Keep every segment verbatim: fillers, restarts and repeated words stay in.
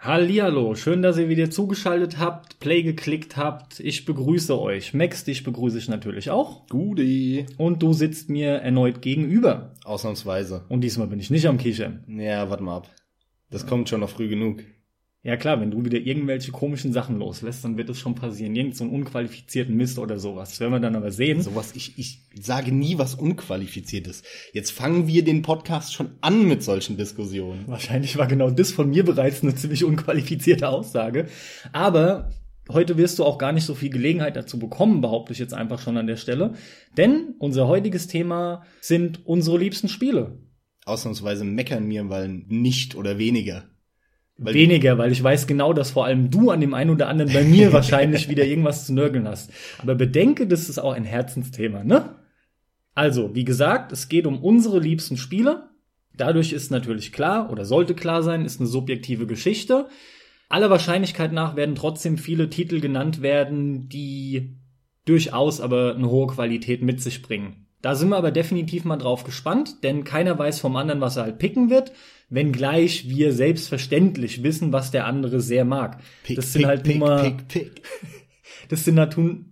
Hallihallo, schön, dass ihr wieder zugeschaltet habt, Play geklickt habt. Ich begrüße euch. Max, dich begrüße ich natürlich auch. Gudi. Und du sitzt mir erneut gegenüber. Ausnahmsweise. Und diesmal bin ich nicht am Kichern. Ja, warte mal ab. Das ja. kommt schon noch früh genug. Ja klar, wenn du wieder irgendwelche komischen Sachen loslässt, dann wird es schon passieren. Irgend so einen unqualifizierten Mist oder sowas. Das werden wir dann aber sehen. Sowas, ich, ich sage nie was Unqualifiziertes. Jetzt fangen wir den Podcast schon an mit solchen Diskussionen. Wahrscheinlich war genau das von mir bereits eine ziemlich unqualifizierte Aussage. Aber heute wirst du auch gar nicht so viel Gelegenheit dazu bekommen, behaupte ich jetzt einfach schon an der Stelle. Denn unser heutiges Thema sind unsere liebsten Spiele. Ausnahmsweise meckern wir, weil nicht oder weniger. Weil Weniger, weil ich weiß genau, dass vor allem du an dem einen oder anderen bei mir wahrscheinlich wieder irgendwas zu nörgeln hast. Aber bedenke, das ist auch ein Herzensthema, ne? Also, wie gesagt, es geht um unsere liebsten Spiele. Dadurch ist natürlich klar, oder sollte klar sein, ist eine subjektive Geschichte. Aller Wahrscheinlichkeit nach werden trotzdem viele Titel genannt werden, die durchaus aber eine hohe Qualität mit sich bringen. Da sind wir aber definitiv mal drauf gespannt, denn keiner weiß vom anderen, was er halt picken wird, wenngleich wir selbstverständlich wissen, was der andere sehr mag. Pick, das sind pick, halt pick, nur mal, pick, pick. Das sind halt tun.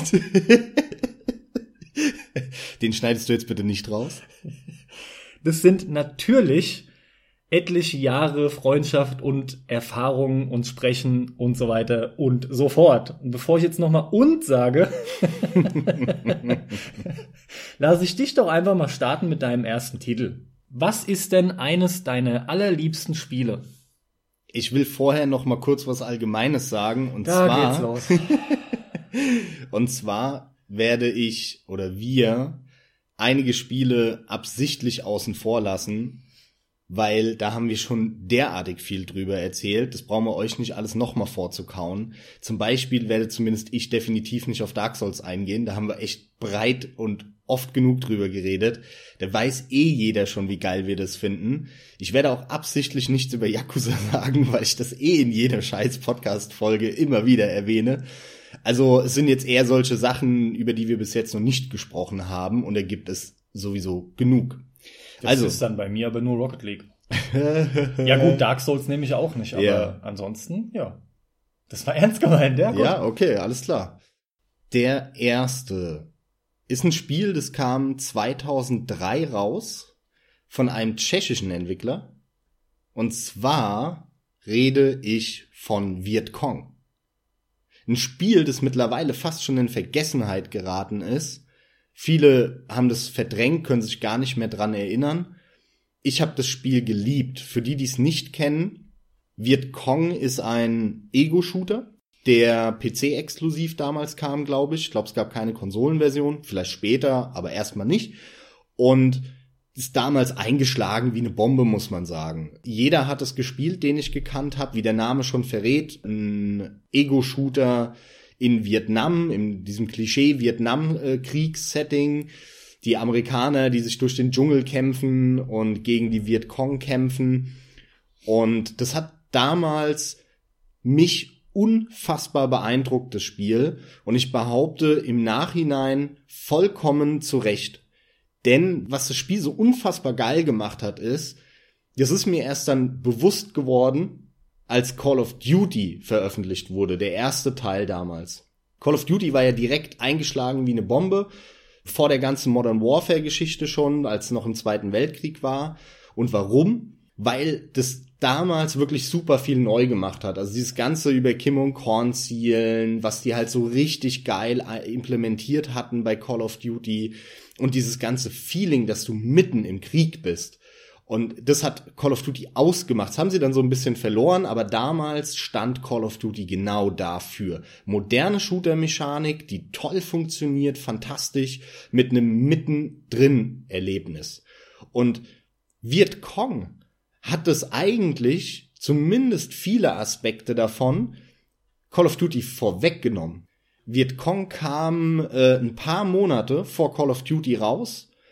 Den schneidest du jetzt bitte nicht raus. Das sind natürlich etliche Jahre Freundschaft und Erfahrungen und Sprechen und so weiter und so fort. Und bevor ich jetzt nochmal und sage, lass ich dich doch einfach mal starten mit deinem ersten Titel. Was ist denn eines deiner allerliebsten Spiele? Ich will vorher noch mal kurz was Allgemeines sagen. Und da zwar, geht's los. Und zwar werde ich oder wir einige Spiele absichtlich außen vor lassen, weil da haben wir schon derartig viel drüber erzählt. Das brauchen wir euch nicht alles nochmal vorzukauen. Zum Beispiel werde zumindest ich definitiv nicht auf Dark Souls eingehen. Da haben wir echt breit und oft genug drüber geredet. Da weiß eh jeder schon, wie geil wir das finden. Ich werde auch absichtlich nichts über Yakuza sagen, weil ich das eh in jeder scheiß Podcast-Folge immer wieder erwähne. Also es sind jetzt eher solche Sachen, über die wir bis jetzt noch nicht gesprochen haben. Und da gibt es sowieso genug. Das also, ist dann bei mir aber nur Rocket League. Ja gut, Dark Souls nehme ich auch nicht, aber yeah. Ansonsten, ja. Das war ernst gemeint, ja? Gut. Ja, okay, alles klar. Der erste ist ein Spiel, das kam zweitausenddrei raus von einem tschechischen Entwickler. Und zwar rede ich von Viet-Cong. Ein Spiel, das mittlerweile fast schon in Vergessenheit geraten ist. Viele haben das verdrängt, können sich gar nicht mehr dran erinnern. Ich habe das Spiel geliebt. Für die, die es nicht kennen, Viet-Cong ist ein Ego-Shooter, der P C-exklusiv damals kam, glaube ich. Ich glaube, es gab keine Konsolenversion, vielleicht später, aber erstmal nicht. Und ist damals eingeschlagen wie eine Bombe, muss man sagen. Jeder hat es gespielt, den ich gekannt habe, wie der Name schon verrät. Ein Ego-Shooter in Vietnam, in diesem Klischee-Vietnam-Kriegssetting, die Amerikaner, die sich durch den Dschungel kämpfen und gegen die Viet-Cong kämpfen. Und das hat damals mich unfassbar beeindruckt, das Spiel. Und ich behaupte im Nachhinein vollkommen zu Recht. Denn was das Spiel so unfassbar geil gemacht hat, ist, das ist mir erst dann bewusst geworden, als Call of Duty veröffentlicht wurde, der erste Teil damals. Call of Duty war ja direkt eingeschlagen wie eine Bombe, vor der ganzen Modern Warfare-Geschichte schon, als es noch im Zweiten Weltkrieg war. Und warum? Weil das damals wirklich super viel neu gemacht hat. Also dieses Ganze über Kim und Korn zielen, was die halt so richtig geil implementiert hatten bei Call of Duty und dieses ganze Feeling, dass du mitten im Krieg bist. Und das hat Call of Duty ausgemacht. Das haben sie dann so ein bisschen verloren, aber damals stand Call of Duty genau dafür. Moderne Shooter-Mechanik, die toll funktioniert, fantastisch, mit einem Mittendrin-Erlebnis. Und Viet-Cong hat das eigentlich, zumindest viele Aspekte davon, Call of Duty vorweggenommen. Viet-Cong kam äh, ein paar Monate vor Call of Duty raus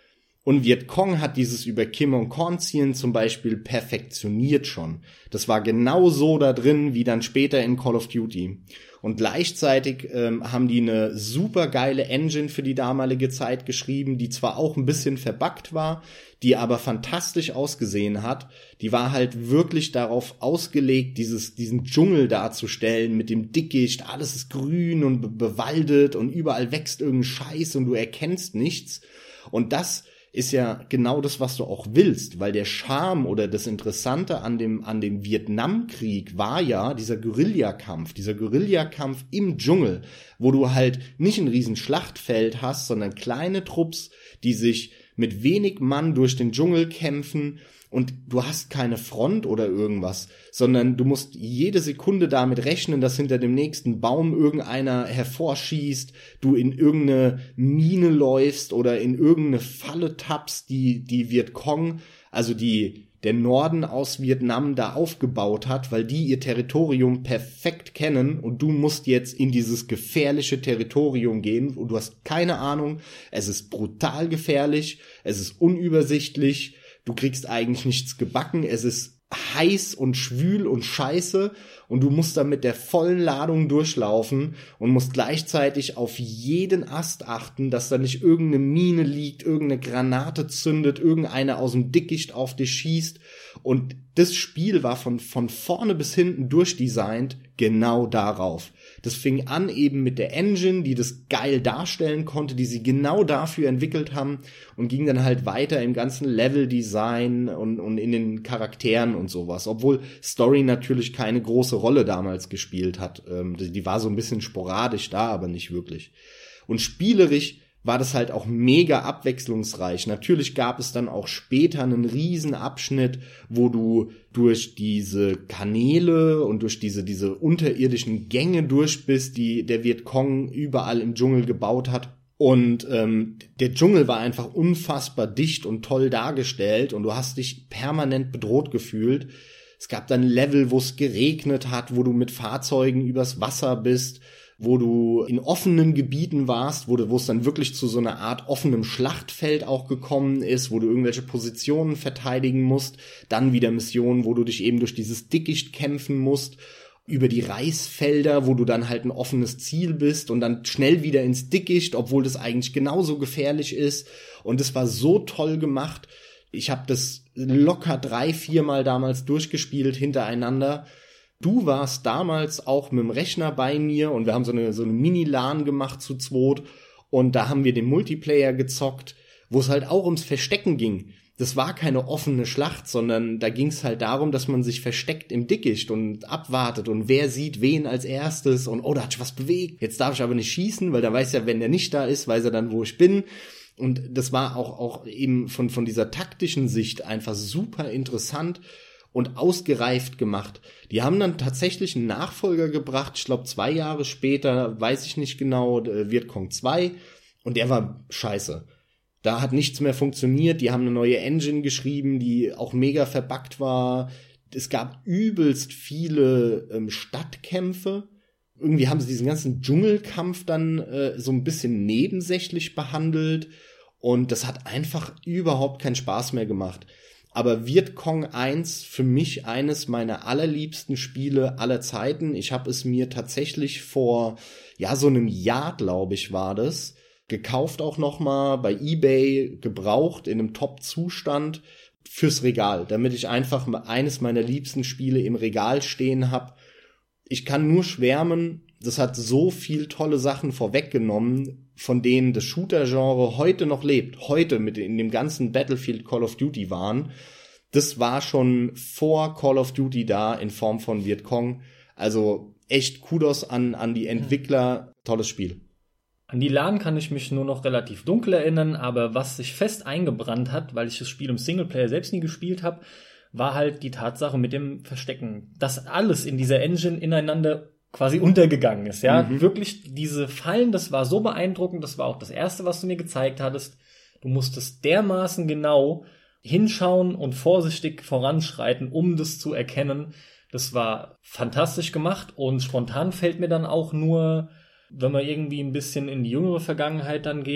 Und Vietcong hat dieses über Kim und Korn ziehen zum Beispiel perfektioniert schon. Das war genau so da drin, wie dann später in Call of Duty. Und gleichzeitig ähm, haben die eine super geile Engine für die damalige Zeit geschrieben, die zwar auch ein bisschen verbuggt war, die aber fantastisch ausgesehen hat. Die war halt wirklich darauf ausgelegt, dieses diesen Dschungel darzustellen mit dem Dickicht. Alles ist grün und be- bewaldet und überall wächst irgendein Scheiß und du erkennst nichts. Und das ist ja genau das, was du auch willst, weil der Charme oder das Interessante an dem, an dem Vietnamkrieg war ja dieser Guerillakampf, dieser Guerillakampf im Dschungel, wo du halt nicht ein riesen Schlachtfeld hast, sondern kleine Trupps, die sich mit wenig Mann durch den Dschungel kämpfen und du hast keine Front oder irgendwas, sondern du musst jede Sekunde damit rechnen, dass hinter dem nächsten Baum irgendeiner hervorschießt, du in irgendeine Mine läufst oder in irgendeine Falle tappst, die die Vietcong, also die der Norden aus Vietnam da aufgebaut hat, weil die ihr Territorium perfekt kennen und du musst jetzt in dieses gefährliche Territorium gehen und du hast keine Ahnung, es ist brutal gefährlich, es ist unübersichtlich, du kriegst eigentlich nichts gebacken, es ist heiß und schwül und scheiße und du musst da mit der vollen Ladung durchlaufen und musst gleichzeitig auf jeden Ast achten, dass da nicht irgendeine Mine liegt, irgendeine Granate zündet, irgendeiner aus dem Dickicht auf dich schießt. Und das Spiel war von, von vorne bis hinten durchdesignt genau darauf. Das fing an eben mit der Engine, die das geil darstellen konnte, die sie genau dafür entwickelt haben und ging dann halt weiter im ganzen Leveldesign und, und in den Charakteren und sowas. Obwohl Story natürlich keine große Rolle damals gespielt hat. Ähm, die war so ein bisschen sporadisch da, aber nicht wirklich. Und spielerisch war das halt auch mega abwechslungsreich. Natürlich gab es dann auch später einen riesen Abschnitt, wo du durch diese Kanäle und durch diese diese unterirdischen Gänge durch bist, die der Vietcong überall im Dschungel gebaut hat. Und ähm, der Dschungel war einfach unfassbar dicht und toll dargestellt und du hast dich permanent bedroht gefühlt. Es gab dann Level, wo es geregnet hat, wo du mit Fahrzeugen übers Wasser bist, wo du in offenen Gebieten warst, wo, du, wo es dann wirklich zu so einer Art offenem Schlachtfeld auch gekommen ist, wo du irgendwelche Positionen verteidigen musst, dann wieder Missionen, wo du dich eben durch dieses Dickicht kämpfen musst, über die Reisfelder, wo du dann halt ein offenes Ziel bist und dann schnell wieder ins Dickicht, obwohl das eigentlich genauso gefährlich ist. Und es war so toll gemacht. Ich habe das locker drei, viermal damals durchgespielt hintereinander. Du warst damals auch mit dem Rechner bei mir und wir haben so eine, so eine Mini-LAN gemacht zu zweit und da haben wir den Multiplayer gezockt, wo es halt auch ums Verstecken ging. Das war keine offene Schlacht, sondern da ging es halt darum, dass man sich versteckt im Dickicht und abwartet und wer sieht wen als erstes und oh, da hat sich was bewegt. Jetzt darf ich aber nicht schießen, weil da weiß ja, wenn der nicht da ist, weiß er dann, wo ich bin. Und das war auch, auch eben von, von dieser taktischen Sicht einfach super interessant und ausgereift gemacht. Die haben dann tatsächlich einen Nachfolger gebracht, ich glaube zwei Jahre später, weiß ich nicht genau, Vietcong zwei, und der war scheiße. Da hat nichts mehr funktioniert, die haben eine neue Engine geschrieben, die auch mega verbuggt war. Es gab übelst viele ähm, Stadtkämpfe. Irgendwie haben sie diesen ganzen Dschungelkampf dann äh, so ein bisschen nebensächlich behandelt und das hat einfach überhaupt keinen Spaß mehr gemacht. Aber Vietcong eins für mich eines meiner allerliebsten Spiele aller Zeiten. Ich habe es mir tatsächlich vor, ja, so einem Jahr, glaube ich, war das, gekauft auch nochmal bei eBay, gebraucht, in einem Top-Zustand fürs Regal, damit ich einfach eines meiner liebsten Spiele im Regal stehen habe. Ich kann nur schwärmen, das hat so viel tolle Sachen vorweggenommen, von denen das Shooter-Genre heute noch lebt, heute mit in dem ganzen Battlefield Call of Duty waren. Das war schon vor Call of Duty da in Form von Vietcong. Also echt Kudos an, an die Entwickler, tolles Spiel. An die LAN kann ich mich nur noch relativ dunkel erinnern, aber was sich fest eingebrannt hat, weil ich das Spiel im Singleplayer selbst nie gespielt habe, war halt die Tatsache mit dem Verstecken, dass alles in dieser Engine ineinander quasi untergegangen ist, ja. Mhm. Wirklich diese Fallen, das war so beeindruckend, das war auch das Erste, was du mir gezeigt hattest. Du musstest dermaßen genau hinschauen und vorsichtig voranschreiten, um das zu erkennen. Das war fantastisch gemacht und spontan fällt mir dann auch nur, wenn man irgendwie ein bisschen in die jüngere Vergangenheit dann geht,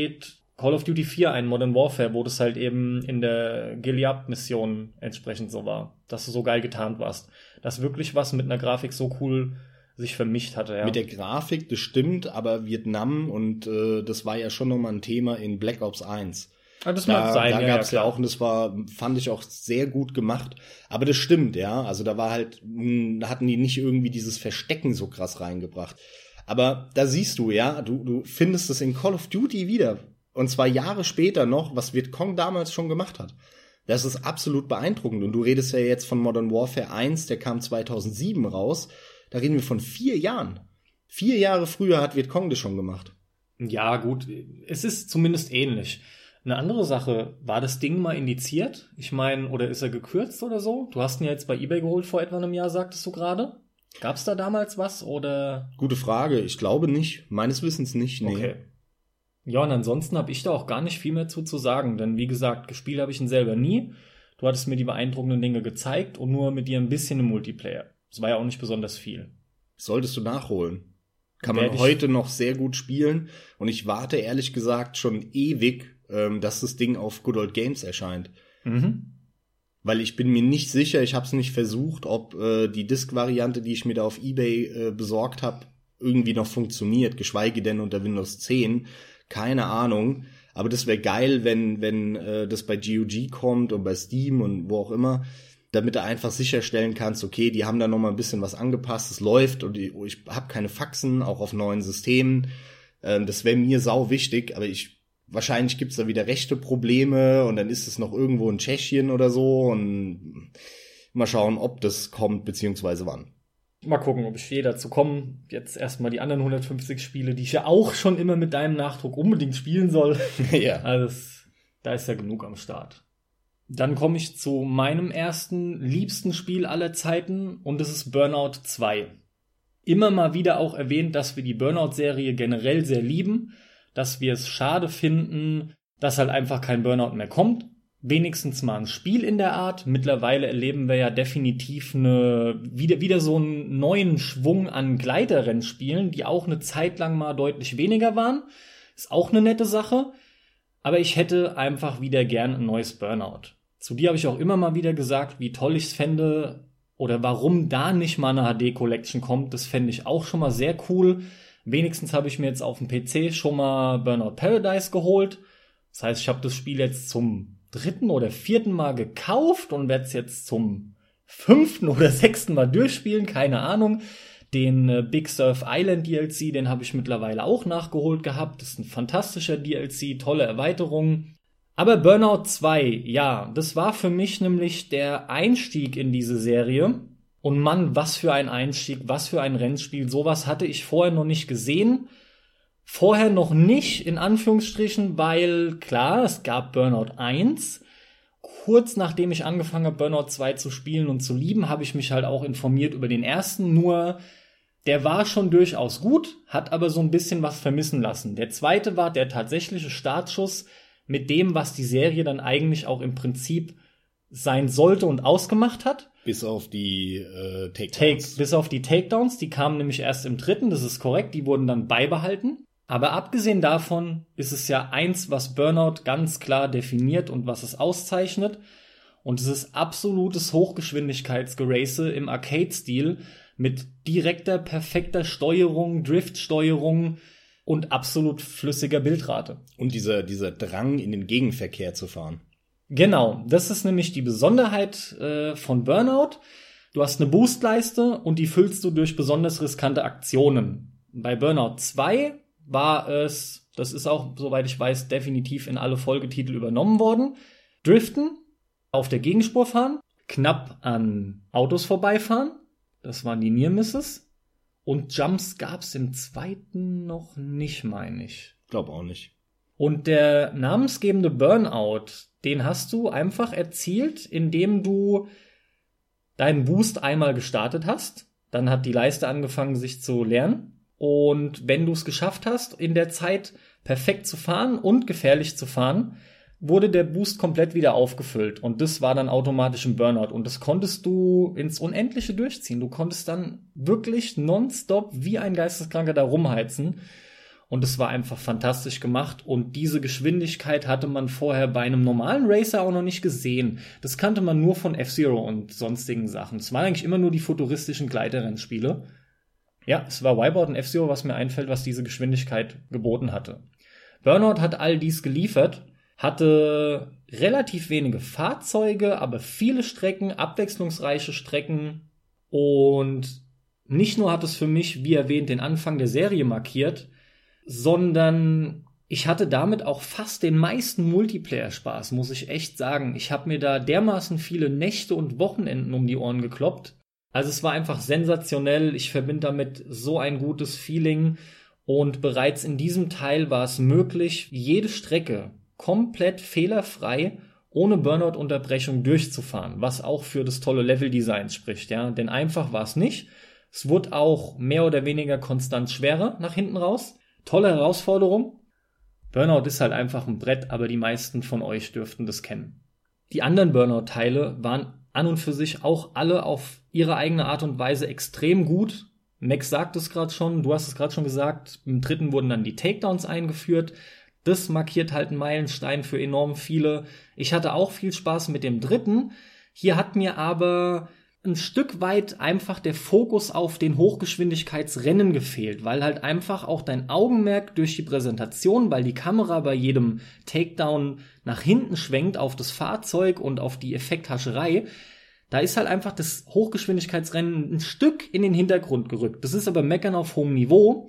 Call of Duty vier ein, Modern Warfare, wo das halt eben in der Gilead-Mission entsprechend so war, dass du so geil getarnt warst. Dass wirklich was mit einer Grafik so cool sich vermischt hatte, ja. Mit der Grafik, das stimmt, aber Vietnam und äh, das war ja schon nochmal ein Thema in Black Ops eins. Ah, das da mag sein, da ja, gab's ja, ja auch, und das war, fand ich auch sehr gut gemacht. Aber das stimmt, ja. Also da war halt, mh, hatten die nicht irgendwie dieses Verstecken so krass reingebracht. Aber da siehst du, ja, du, du findest es in Call of Duty wieder. Und zwar Jahre später noch, was Vietcong damals schon gemacht hat. Das ist absolut beeindruckend. Und du redest ja jetzt von Modern Warfare eins, der kam zweitausendsieben raus. Da reden wir von vier Jahren. Vier Jahre früher hat Vietcong das schon gemacht. Ja, gut, es ist zumindest ähnlich. Eine andere Sache, war das Ding mal indiziert? Ich meine, oder ist er gekürzt oder so? Du hast ihn ja jetzt bei eBay geholt vor etwa einem Jahr, sagtest du gerade. Gab's da damals was oder? Gute Frage, ich glaube nicht. Meines Wissens nicht, nee. Okay. Ja, und ansonsten habe ich da auch gar nicht viel mehr zu, zu sagen, denn wie gesagt, gespielt habe ich ihn selber nie. Du hattest mir die beeindruckenden Dinge gezeigt und nur mit dir ein bisschen im Multiplayer. Das war ja auch nicht besonders viel. Solltest du nachholen. Kann man Werd ich- heute noch sehr gut spielen. Und ich warte ehrlich gesagt schon ewig, ähm, dass das Ding auf Good Old Games erscheint. Mhm. Weil ich bin mir nicht sicher, ich habe es nicht versucht, ob äh, die Disk-Variante, die ich mir da auf eBay äh, besorgt habe, irgendwie noch funktioniert, geschweige denn unter Windows zehn. Keine Ahnung. Aber das wäre geil, wenn wenn äh, das bei G O G kommt und bei Steam und wo auch immer, damit du einfach sicherstellen kannst, okay, die haben da noch mal ein bisschen was angepasst, es läuft und ich, ich habe keine Faxen, auch auf neuen Systemen. Ähm, das wäre mir sau wichtig, aber ich wahrscheinlich gibt's da wieder rechte Probleme und dann ist es noch irgendwo in Tschechien oder so und mal schauen, ob das kommt, beziehungsweise wann. Mal gucken, ob ich je dazu komme. Jetzt erstmal die anderen hundertfünfzig Spiele, die ich ja auch schon immer mit deinem Nachdruck unbedingt spielen soll. Ja. Also das, da ist ja genug am Start. Dann komme ich zu meinem ersten, liebsten Spiel aller Zeiten und das ist Burnout zwei. Immer mal wieder auch erwähnt, dass wir die Burnout-Serie generell sehr lieben, dass wir es schade finden, dass halt einfach kein Burnout mehr kommt. Wenigstens mal ein Spiel in der Art. Mittlerweile erleben wir ja definitiv eine, wieder, wieder so einen neuen Schwung an Gleiterrennspielen, die auch eine Zeit lang mal deutlich weniger waren. Ist auch eine nette Sache. Aber ich hätte einfach wieder gern ein neues Burnout. Zu dir habe ich auch immer mal wieder gesagt, wie toll ich es fände oder warum da nicht mal eine H D-Collection kommt. Das fände ich auch schon mal sehr cool. Wenigstens habe ich mir jetzt auf dem P C schon mal Burnout Paradise geholt. Das heißt, ich habe das Spiel jetzt zum dritten oder vierten Mal gekauft und werde es jetzt zum fünften oder sechsten Mal durchspielen, keine Ahnung. Den äh, Big Surf Island D L C, den habe ich mittlerweile auch nachgeholt gehabt. Das ist ein fantastischer D L C, tolle Erweiterungen. Aber Burnout zwei, ja, das war für mich nämlich der Einstieg in diese Serie. Und Mann, was für ein Einstieg, was für ein Rennspiel. Sowas hatte ich vorher noch nicht gesehen. Vorher noch nicht, in Anführungsstrichen, weil klar, es gab Burnout eins. Kurz nachdem ich angefangen habe, Burnout zwei zu spielen und zu lieben, habe ich mich halt auch informiert über den ersten. Nur, der war schon durchaus gut, hat aber so ein bisschen was vermissen lassen. Der zweite war der tatsächliche Startschuss mit dem, was die Serie dann eigentlich auch im Prinzip sein sollte und ausgemacht hat. Bis auf die äh, Takedowns. Take, bis auf die Takedowns, die kamen nämlich erst im dritten, das ist korrekt, die wurden dann beibehalten. Aber abgesehen davon ist es ja eins, was Burnout ganz klar definiert und was es auszeichnet. Und es ist absolutes Hochgeschwindigkeitsgerace im Arcade-Stil mit direkter, perfekter Steuerung, Driftsteuerung und absolut flüssiger Bildrate. Und dieser, dieser Drang, in den Gegenverkehr zu fahren. Genau, das ist nämlich die Besonderheit äh, von Burnout. Du hast eine Boostleiste und die füllst du durch besonders riskante Aktionen. Bei Burnout zwei war es, das ist auch, soweit ich weiß, definitiv in alle Folgetitel übernommen worden. Driften, auf der Gegenspur fahren, knapp an Autos vorbeifahren, das waren die Near Misses. Und Jumps gab's im zweiten noch nicht, meine ich. Glaub auch nicht. Und der namensgebende Burnout, den hast du einfach erzielt, indem du deinen Boost einmal gestartet hast. Dann hat die Leiste angefangen, sich zu leeren. Und wenn du es geschafft hast, in der Zeit perfekt zu fahren und gefährlich zu fahren, wurde der Boost komplett wieder aufgefüllt. Und das war dann automatisch ein Burnout. Und das konntest du ins Unendliche durchziehen. Du konntest dann wirklich nonstop wie ein Geisteskranker da rumheizen. Und es war einfach fantastisch gemacht. Und diese Geschwindigkeit hatte man vorher bei einem normalen Racer auch noch nicht gesehen. Das kannte man nur von F-Zero und sonstigen Sachen. Es waren eigentlich immer nur die futuristischen Gleiterrennspiele. Ja, es war Wipeout und F-Zero, was mir einfällt, was diese Geschwindigkeit geboten hatte. Burnout hat all dies geliefert, hatte relativ wenige Fahrzeuge, aber viele Strecken, abwechslungsreiche Strecken. Und nicht nur hat es für mich, wie erwähnt, den Anfang der Serie markiert, sondern ich hatte damit auch fast den meisten Multiplayer-Spaß, muss ich echt sagen. Ich habe mir da dermaßen viele Nächte und Wochenenden um die Ohren gekloppt. Also es war einfach sensationell. Ich verbinde damit so ein gutes Feeling. Und bereits in diesem Teil war es möglich, jede Strecke komplett fehlerfrei ohne Burnout-Unterbrechung durchzufahren, was auch für das tolle Leveldesign spricht, ja. Denn einfach war es nicht. Es wurde auch mehr oder weniger konstant schwerer nach hinten raus. Tolle Herausforderung. Burnout ist halt einfach ein Brett, aber die meisten von euch dürften das kennen. Die anderen Burnout-Teile waren an und für sich auch alle auf ihre eigene Art und Weise extrem gut. Max sagt es gerade schon, du hast es gerade schon gesagt, im dritten wurden dann die Takedowns eingeführt. Das markiert halt einen Meilenstein für enorm viele. Ich hatte auch viel Spaß mit dem dritten. Hier hat mir aber ein Stück weit einfach der Fokus auf den Hochgeschwindigkeitsrennen gefehlt, weil halt einfach auch dein Augenmerk durch die Präsentation, weil die Kamera bei jedem Takedown nach hinten schwenkt auf das Fahrzeug und auf die Effekthascherei, da ist halt einfach das Hochgeschwindigkeitsrennen ein Stück in den Hintergrund gerückt. Das ist aber Meckern auf hohem Niveau.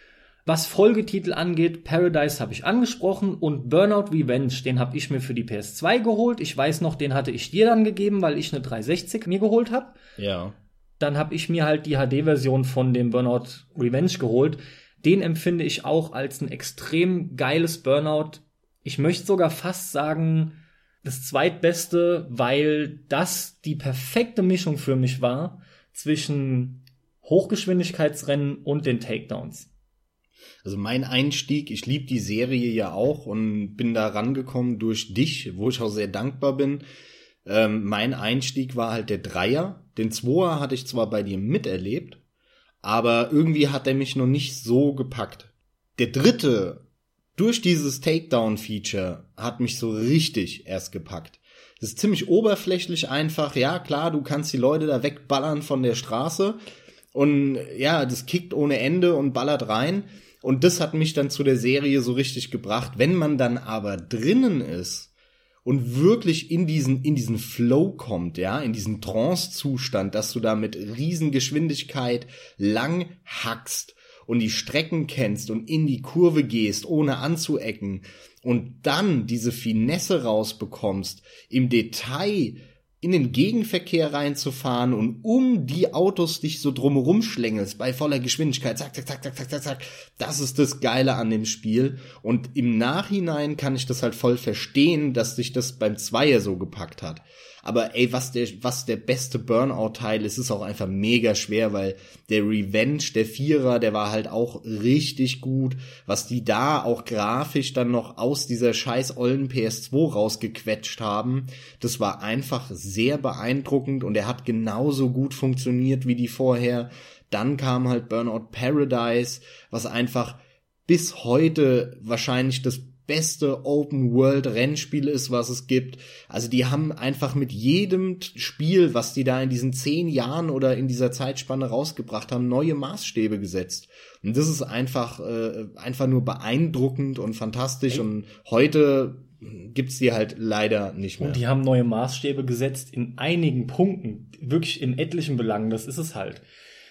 Was Folgetitel angeht, Paradise habe ich angesprochen und Burnout Revenge, den habe ich mir für die P S zwei geholt. Ich weiß noch, den hatte ich dir dann gegeben, weil ich eine dreihundertsechzig mir geholt habe. Ja. Dann habe ich mir halt die H D-Version von dem Burnout Revenge geholt. Den empfinde ich auch als ein extrem geiles Burnout. Ich möchte sogar fast sagen, das zweitbeste, weil das die perfekte Mischung für mich war zwischen Hochgeschwindigkeitsrennen und den Takedowns. Also mein Einstieg, ich liebe die Serie ja auch und bin da rangekommen durch dich, wo ich auch sehr dankbar bin. Ähm, mein Einstieg war halt der Dreier. Den Zweier hatte ich zwar bei dir miterlebt, aber irgendwie hat er mich noch nicht so gepackt. Der dritte, durch dieses Takedown-Feature, hat mich so richtig erst gepackt. Das ist ziemlich oberflächlich einfach. Ja, klar, du kannst die Leute da wegballern von der Straße und ja, das kickt ohne Ende und ballert rein. Und das hat mich dann zu der Serie so richtig gebracht. Wenn man dann aber drinnen ist und wirklich in diesen, in diesen Flow kommt, ja, in diesen Trance-Zustand, dass du da mit Riesengeschwindigkeit lang hackst und die Strecken kennst und in die Kurve gehst, ohne anzuecken und dann diese Finesse rausbekommst, im Detail in den Gegenverkehr reinzufahren und um die Autos dich so drumherum schlängelst, bei voller Geschwindigkeit, zack, zack, zack, zack, zack, zack, zack, das ist das Geile an dem Spiel. Und im Nachhinein kann ich das halt voll verstehen, dass sich das beim Zweier so gepackt hat. Aber ey, was der, was der beste Burnout-Teil ist, ist auch einfach mega schwer, weil der Revenge, der Vierer, der war halt auch richtig gut. Was die da auch grafisch dann noch aus dieser scheiß ollen P S zwei rausgequetscht haben, das war einfach sehr beeindruckend und er hat genauso gut funktioniert wie die vorher. Dann kam halt Burnout Paradise, was einfach bis heute wahrscheinlich das beste Open-World-Rennspiel ist, was es gibt. Also die haben einfach mit jedem Spiel, was die da in diesen zehn Jahren oder in dieser Zeitspanne rausgebracht haben, neue Maßstäbe gesetzt. Und das ist einfach äh, einfach nur beeindruckend und fantastisch. Und heute gibt's die halt leider nicht mehr. Und die haben neue Maßstäbe gesetzt in einigen Punkten, wirklich in etlichen Belangen. Das ist es halt.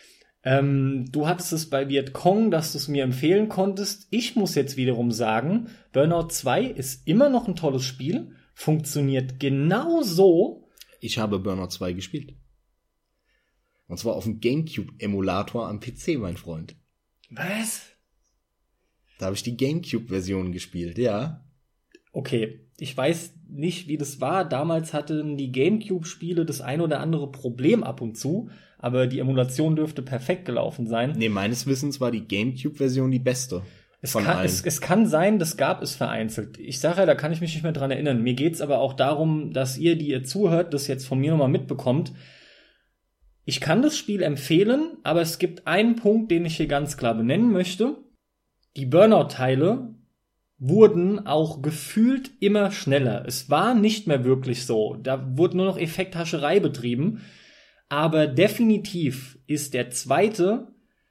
Ähm, du hattest es bei Vietcong, dass du es mir empfehlen konntest. Ich muss jetzt wiederum sagen, Burnout zwei ist immer noch ein tolles Spiel, funktioniert genau so. Ich habe Burnout zwei gespielt. Und zwar auf dem GameCube-Emulator am P C, mein Freund. Was? Da habe ich die GameCube-Version gespielt, ja. Okay, ich weiß nicht, wie das war. Damals hatten die GameCube-Spiele das ein oder andere Problem ab und zu, aber die Emulation dürfte perfekt gelaufen sein. Nee, meines Wissens war die GameCube-Version die beste. Es von kann, allen. es, es kann sein, das gab es vereinzelt. Ich sage ja, da kann ich mich nicht mehr dran erinnern. Mir geht's aber auch darum, dass ihr, die ihr zuhört, das jetzt von mir nochmal mitbekommt. Ich kann das Spiel empfehlen, aber es gibt einen Punkt, den ich hier ganz klar benennen möchte. die Burnout-Teile wurden auch gefühlt immer schneller. Es war nicht mehr wirklich so. Da wurde nur noch Effekthascherei betrieben. Aber definitiv ist der zweite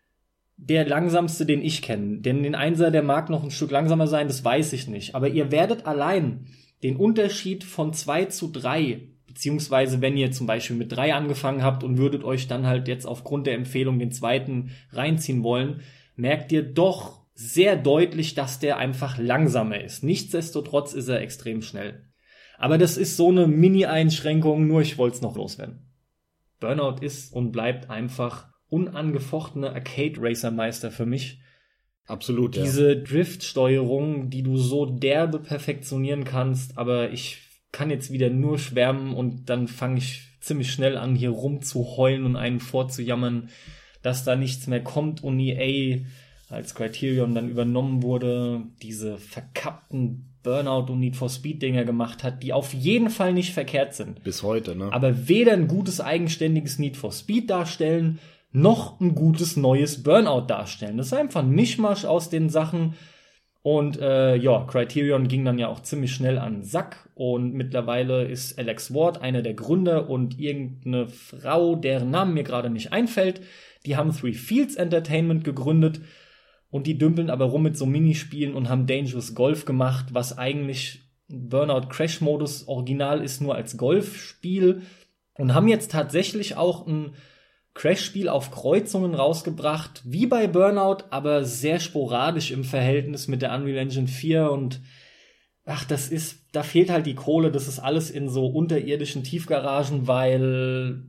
der langsamste, den ich kenne. Denn den Einser, der mag noch ein Stück langsamer sein, das weiß ich nicht. Aber ihr werdet allein den Unterschied von zwei zu drei, beziehungsweise wenn ihr zum Beispiel mit drei angefangen habt und würdet euch dann halt jetzt aufgrund der Empfehlung den zweiten reinziehen wollen, merkt ihr doch sehr deutlich, dass der einfach langsamer ist. Nichtsdestotrotz ist er extrem schnell. Aber das ist so eine Mini-Einschränkung, nur ich wollte es noch loswerden. Burnout ist und bleibt einfach unangefochtener Arcade-Racer-Meister für mich. Absolut, ja. Diese Drift-Steuerung, die du so derbe perfektionieren kannst, aber ich kann jetzt wieder nur schwärmen und dann fange ich ziemlich schnell an, hier rumzuheulen und einen vorzujammern, dass da nichts mehr kommt und E A als Criterion dann übernommen wurde, diese verkappten Burnout und Need for Speed Dinger gemacht hat, die auf jeden Fall nicht verkehrt sind. Bis heute, ne? Aber weder ein gutes eigenständiges Need for Speed darstellen, noch ein gutes neues Burnout darstellen. Das ist einfach ein Mischmasch aus den Sachen. Und äh, ja, Criterion ging dann ja auch ziemlich schnell an den Sack. Und mittlerweile ist Alex Ward einer der Gründer und irgendeine Frau, deren Namen mir gerade nicht einfällt, die haben Three Fields Entertainment gegründet. Und die dümpeln aber rum mit so Minispielen und haben Dangerous Golf gemacht, was eigentlich Burnout Crash Modus original ist, nur als Golfspiel. Und haben jetzt tatsächlich auch ein Crash-Spiel auf Kreuzungen rausgebracht, wie bei Burnout, aber sehr sporadisch im Verhältnis mit der Unreal Engine vier. Und ach, das ist, da fehlt halt die Kohle. Das ist alles in so unterirdischen Tiefgaragen, weil...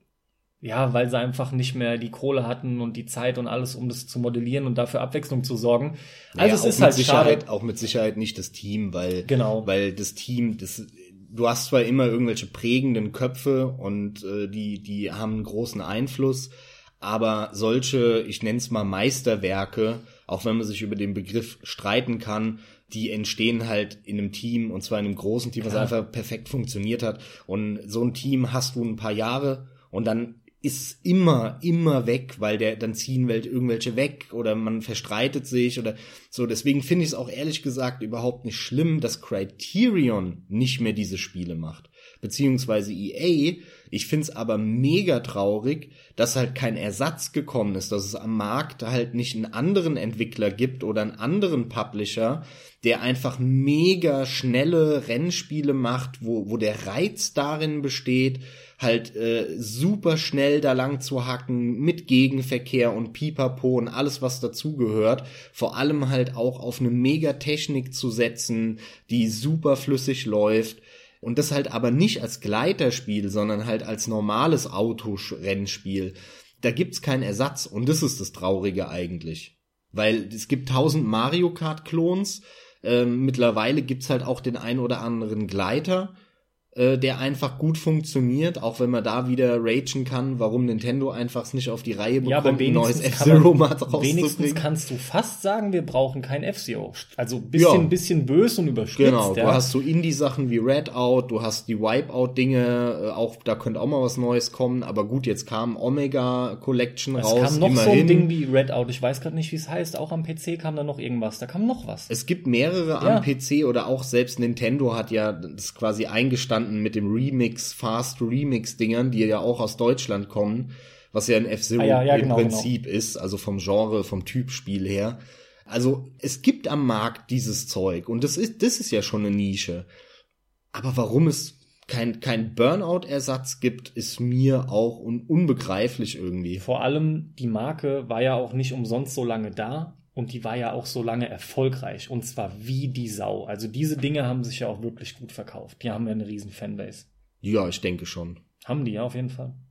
Ja, weil sie einfach nicht mehr die Kohle hatten und die Zeit und alles, um das zu modellieren und dafür Abwechslung zu sorgen. Also naja, es ist mit halt Sicherheit, schade. Auch mit Sicherheit nicht das Team, weil, Genau. weil das Team, das, du hast zwar immer irgendwelche prägenden Köpfe und äh, die, die haben einen großen Einfluss, aber solche, ich nenne es mal Meisterwerke, auch wenn man sich über den Begriff streiten kann, die entstehen halt in einem Team, und zwar in einem großen Team, was Klar. einfach perfekt funktioniert hat. Und so ein Team hast du ein paar Jahre und dann ist es immer, immer weg, weil der, dann ziehen wel, irgendwelche weg oder man verstreitet sich oder so. Deswegen finde ich es auch ehrlich gesagt überhaupt nicht schlimm, dass Criterion nicht mehr diese Spiele macht. Beziehungsweise E A. Ich finde es aber mega traurig, dass halt kein Ersatz gekommen ist, dass es am Markt halt nicht einen anderen Entwickler gibt oder einen anderen Publisher, der einfach mega schnelle Rennspiele macht, wo, wo der Reiz darin besteht, halt äh, super schnell da lang zu hacken, mit Gegenverkehr und Pipapo und alles, was dazugehört. Vor allem halt auch auf eine Megatechnik zu setzen, die super flüssig läuft. Und das halt aber nicht als Gleiterspiel, sondern halt als normales Autorennspiel. Da gibt's keinen Ersatz. Und das ist das Traurige eigentlich. Weil es gibt tausend Mario Kart Klons. Ähm, mittlerweile gibt's halt auch den ein oder anderen Gleiter, der einfach gut funktioniert, auch wenn man da wieder ragen kann, warum Nintendo einfach es nicht auf die Reihe bekommt, ja, aber ein neues wenigstens F-Zero kann mal man, rauszubringen. wenigstens kannst du fast sagen, wir brauchen kein F-Zero. Also ein bisschen, Ja. bisschen bös und überspitzt. Genau, ja. du hast so Indie-Sachen wie Redout, du hast die Wipeout-Dinge, äh, auch da könnte auch mal was Neues kommen, aber gut, jetzt kam Omega Collection Es raus, kam noch immerhin. so ein Ding wie Redout, ich weiß gerade nicht, wie es heißt, auch am P C kam da noch irgendwas, da kam noch was. Es gibt mehrere Ja. am P C oder auch selbst Nintendo hat ja das quasi eingestanden mit dem Remix, Fast Remix-Dingern, die ja auch aus Deutschland kommen, was ja ein F-Zero Ah, ja, ja, im genau, Prinzip ist, also vom Genre, vom Typspiel her. Also es gibt am Markt dieses Zeug und das ist, das ist ja schon eine Nische. Aber warum es kein, kein Burnout-Ersatz gibt, ist mir auch un- unbegreiflich irgendwie. Vor allem, die Marke war ja auch nicht umsonst so lange da und die war ja auch so lange erfolgreich und zwar wie die Sau. Also diese Dinge haben sich ja auch wirklich gut verkauft. Die haben ja eine riesen Fanbase. Ja, ich denke schon. Haben die ja auf jeden Fall.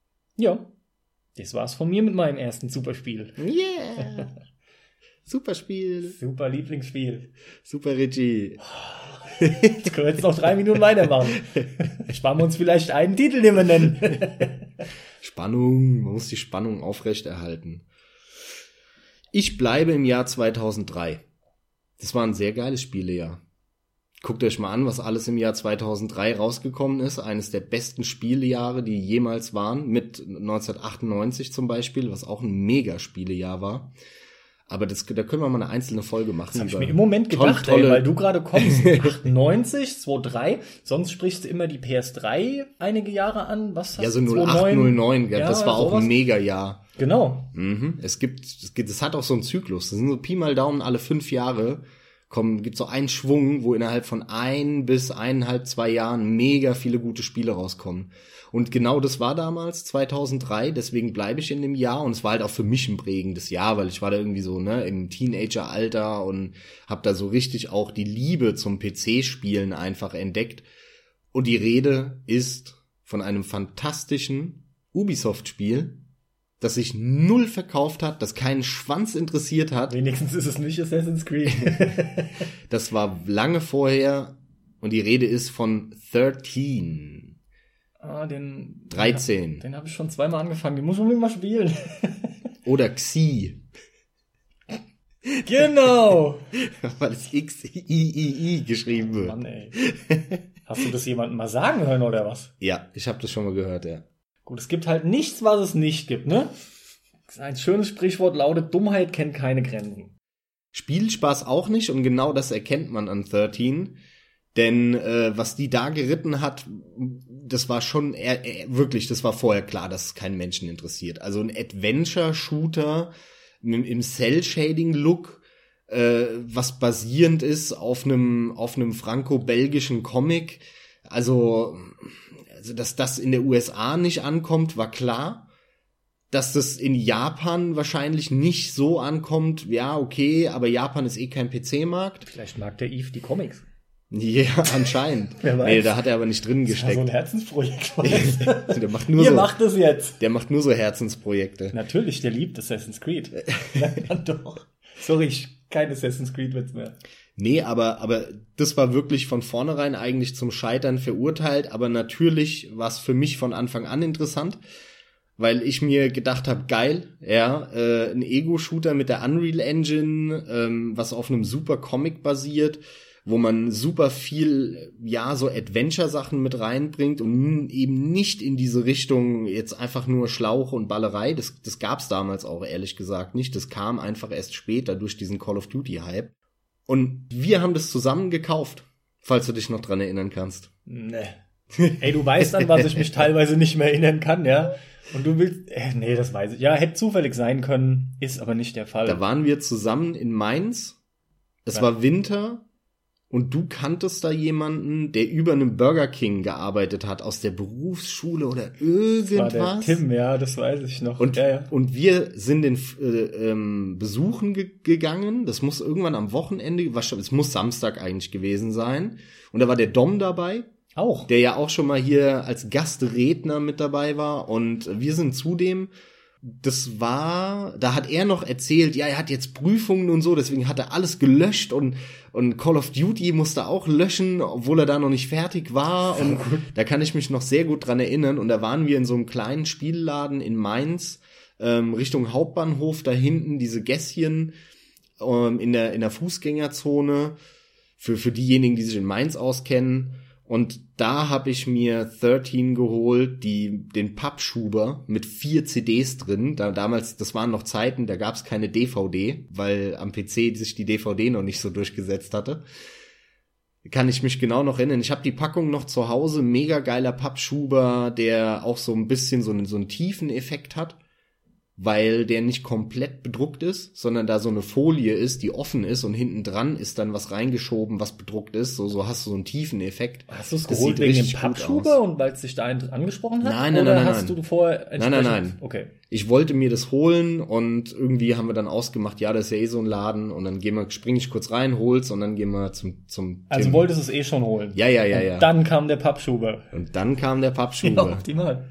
Ja, das war's von mir mit meinem ersten Superspiel. Yeah! Super Spiel. Super Lieblingsspiel. Super Reggie. Jetzt können wir jetzt noch drei Minuten weitermachen. Sparen wir uns vielleicht einen Titel, den wir nennen. Spannung, man muss die Spannung aufrechterhalten. Ich bleibe im Jahr zweitausenddrei. Das war ein sehr geiles Spielejahr. Guckt euch mal an, was alles im Jahr zweitausenddrei rausgekommen ist. Eines der besten Spielejahre, die jemals waren, mit neunzehnhundertachtundneunzig zum Beispiel, was auch ein Mega-Spielejahr war. Aber das, da können wir mal eine einzelne Folge machen. Das habe ich mir im Moment gedacht, tolle, tolle ey, weil du gerade kommst. achtundneunzig, zwei drei, sonst sprichst du immer die P S drei einige Jahre an. Was hast ja, so null acht, null neun, ja, das war auch sowas. Ein Mega-Jahr. Genau. Mhm. Es gibt, es gibt, es hat auch so einen Zyklus. Das sind so Pi mal Daumen alle fünf Jahre. Kommen, gibt so einen Schwung, wo innerhalb von ein bis eineinhalb, zwei Jahren mega viele gute Spiele rauskommen. Und genau das war damals, zweitausenddrei, deswegen bleibe ich in dem Jahr und es war halt auch für mich ein prägendes Jahr, weil ich war da irgendwie so, ne, im Teenageralter und hab da so richtig auch die Liebe zum P C-Spielen einfach entdeckt. Und die Rede ist von einem fantastischen Ubisoft-Spiel, das sich null verkauft hat, das keinen Schwanz interessiert hat. Wenigstens ist es nicht Assassin's Creed. Das war lange vorher und die Rede ist von dreizehn. Ah, den dreizehn. Den, den habe ich schon zweimal angefangen, den muss man unbedingt mal spielen. Oder Xi. Genau. Weil es X I I I geschrieben wird. Mann, ey. Hast du das jemandem mal sagen hören oder was? Ja, ich habe das schon mal gehört, ja. Gut, es gibt halt nichts, was es nicht gibt, ne? Ein schönes Sprichwort lautet, Dummheit kennt keine Grenzen. Spielspaß auch nicht und genau das erkennt man an dreizehn. Denn äh, was die da geritten hat, das war schon eher, eher, wirklich, das war vorher klar, dass es keinen Menschen interessiert. Also ein Adventure-Shooter im, im Cell-Shading-Look, äh, was basierend ist auf einem auf einem franco-belgischen Comic. Also, also, dass das in der U S A nicht ankommt, war klar. Dass das in Japan wahrscheinlich nicht so ankommt, ja, okay, aber Japan ist eh kein P C-Markt. Vielleicht mag der Yves die Comics. Ja, anscheinend. Wer weiß. Nee, da hat er aber nicht drin gesteckt. Das ist ja so ein Herzensprojekt. der macht nur Ihr so, macht es jetzt. Der macht nur so Herzensprojekte. Natürlich, der liebt Assassin's Creed. Ja, doch. Sorry, ich, kein Assassin's Creed-Witz mehr. Nee, aber, aber das war wirklich von vornherein eigentlich zum Scheitern verurteilt. Aber natürlich war es für mich von Anfang an interessant, weil ich mir gedacht habe, geil, ja, äh, ein Ego-Shooter mit der Unreal Engine, ähm, was auf einem super Comic basiert, wo man super viel, ja, so Adventure-Sachen mit reinbringt und eben nicht in diese Richtung jetzt einfach nur Schlauch und Ballerei. Das, das gab's damals auch ehrlich gesagt nicht. Das kam einfach erst später durch diesen Call of Duty-Hype. Und wir haben das zusammen gekauft, falls du dich noch dran erinnern kannst. Nee. Ey, du weißt, an was ich mich teilweise nicht mehr erinnern kann, ja? Und du willst, äh, nee, das weiß ich. Ja, hätte zufällig sein können, ist aber nicht der Fall. Da waren wir zusammen in Mainz. Es ja. war Winter. Und du kanntest da jemanden, der über einem Burger King gearbeitet hat, aus der Berufsschule oder irgendwas. Das war der Tim, ja, das weiß ich noch. Und, ja, ja. und wir sind den äh, ähm, besuchen ge- gegangen. Das muss irgendwann am Wochenende, was, es muss Samstag eigentlich gewesen sein. Und da war der Dom dabei. Auch. Der ja auch schon mal hier als Gastredner mit dabei war. Und wir sind zudem... Das war, da hat er noch erzählt, ja, er hat jetzt Prüfungen und so, deswegen hat er alles gelöscht und und Call of Duty musste auch löschen, obwohl er da noch nicht fertig war. Und da kann ich mich noch sehr gut dran erinnern. Und da waren wir in so einem kleinen Spielladen in Mainz, ähm, Richtung Hauptbahnhof, da hinten diese Gässchen ähm, in der in der Fußgängerzone für für diejenigen, die sich in Mainz auskennen. Und da habe ich mir dreizehn geholt, die den Pappschuber mit vier C Ds drin. Da, damals, das waren noch Zeiten, da gab es keine D V D, weil am P C sich die D V D noch nicht so durchgesetzt hatte. Kann ich mich genau noch erinnern. Ich habe die Packung noch zu Hause, mega geiler Pappschuber, der auch so ein bisschen so einen, so einen tiefen Effekt hat, weil der nicht komplett bedruckt ist, sondern da so eine Folie ist, die offen ist und hinten dran ist dann was reingeschoben, was bedruckt ist. So, so hast du so einen tiefen Effekt. Hast du es geholt wegen dem Pappschuber und weil es dich da angesprochen hat? Nein, nein, oder nein, nein. hast du vorher Nein, nein, nein. Okay. Ich wollte mir das holen und irgendwie haben wir dann ausgemacht, ja, das ist ja eh so ein Laden und dann gehen wir, spring ich kurz rein, hol's und dann gehen wir zum, zum Also Tim. wolltest du es eh schon holen? Ja, ja, ja, und ja. Dann kam der Pappschuber. Und dann kam der Pappschuber. Ja, optimal.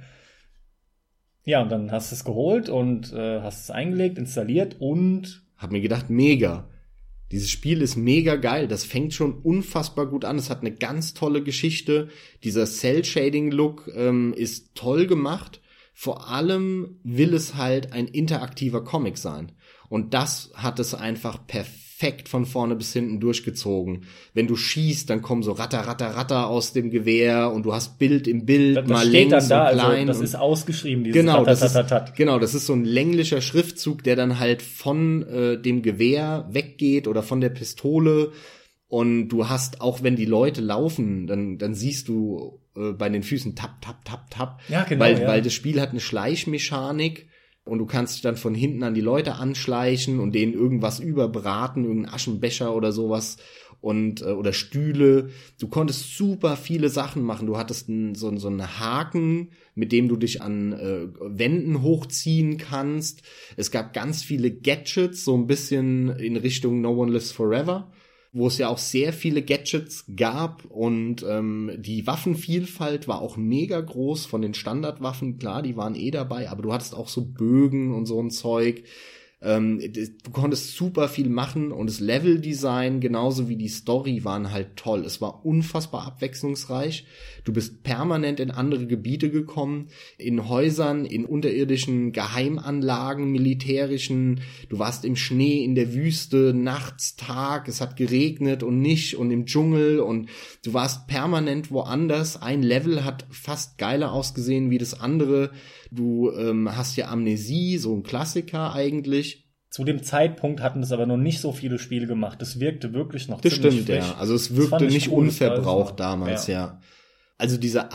Ja, und dann hast du es geholt und äh, hast es eingelegt, installiert und... Hab mir gedacht, mega. Dieses Spiel ist mega geil. Das fängt schon unfassbar gut an. Es hat eine ganz tolle Geschichte. Dieser Cell-Shading-Look ähm, ist toll gemacht. Vor allem will es halt ein interaktiver Comic sein. Und das hat es einfach perfekt perfekt von vorne bis hinten durchgezogen. Wenn du schießt, dann kommen so Ratter, Ratter, Ratter aus dem Gewehr und du hast Bild im Bild, das, das mal steht längs dann da, und klein. Also das ist ausgeschrieben, dieses genau, das ist, Ratatatat. genau, das ist so ein länglicher Schriftzug, der dann halt von äh, dem Gewehr weggeht oder von der Pistole. Und du hast, auch wenn die Leute laufen, dann, dann siehst du äh, bei den Füßen tap, tap, tap, tap. Ja, genau, weil, ja. weil das Spiel hat eine Schleichmechanik und du kannst dich dann von hinten an die Leute anschleichen und denen irgendwas überbraten, irgendeinen Aschenbecher oder sowas und äh, oder Stühle. Du konntest super viele Sachen machen. Du hattest n, so, so einen Haken, mit dem du dich an äh, Wänden hochziehen kannst. Es gab ganz viele Gadgets, so ein bisschen in Richtung No One Lives Forever, wo es ja auch sehr viele Gadgets gab und ähm, die Waffenvielfalt war auch mega groß von den Standardwaffen, klar, die waren eh dabei, aber du hattest auch so Bögen und so ein Zeug. Ähm, du konntest super viel machen und das Leveldesign genauso wie die Story waren halt toll. Es war unfassbar abwechslungsreich. Du bist permanent in andere Gebiete gekommen, in Häusern, in unterirdischen Geheimanlagen, militärischen. Du warst im Schnee, in der Wüste, nachts, Tag, es hat geregnet und nicht und im Dschungel und du warst permanent woanders. Ein Level hat fast geiler ausgesehen wie das andere. Du ähm, hast ja Amnesie, so ein Klassiker eigentlich. Zu dem Zeitpunkt hatten das aber noch nicht so viele Spiele gemacht. Das wirkte wirklich noch das ziemlich stimmt, frisch. ja. Also es Das wirkte fand ich nicht cool, unverbraucht das damals, ja. ja. Also dieser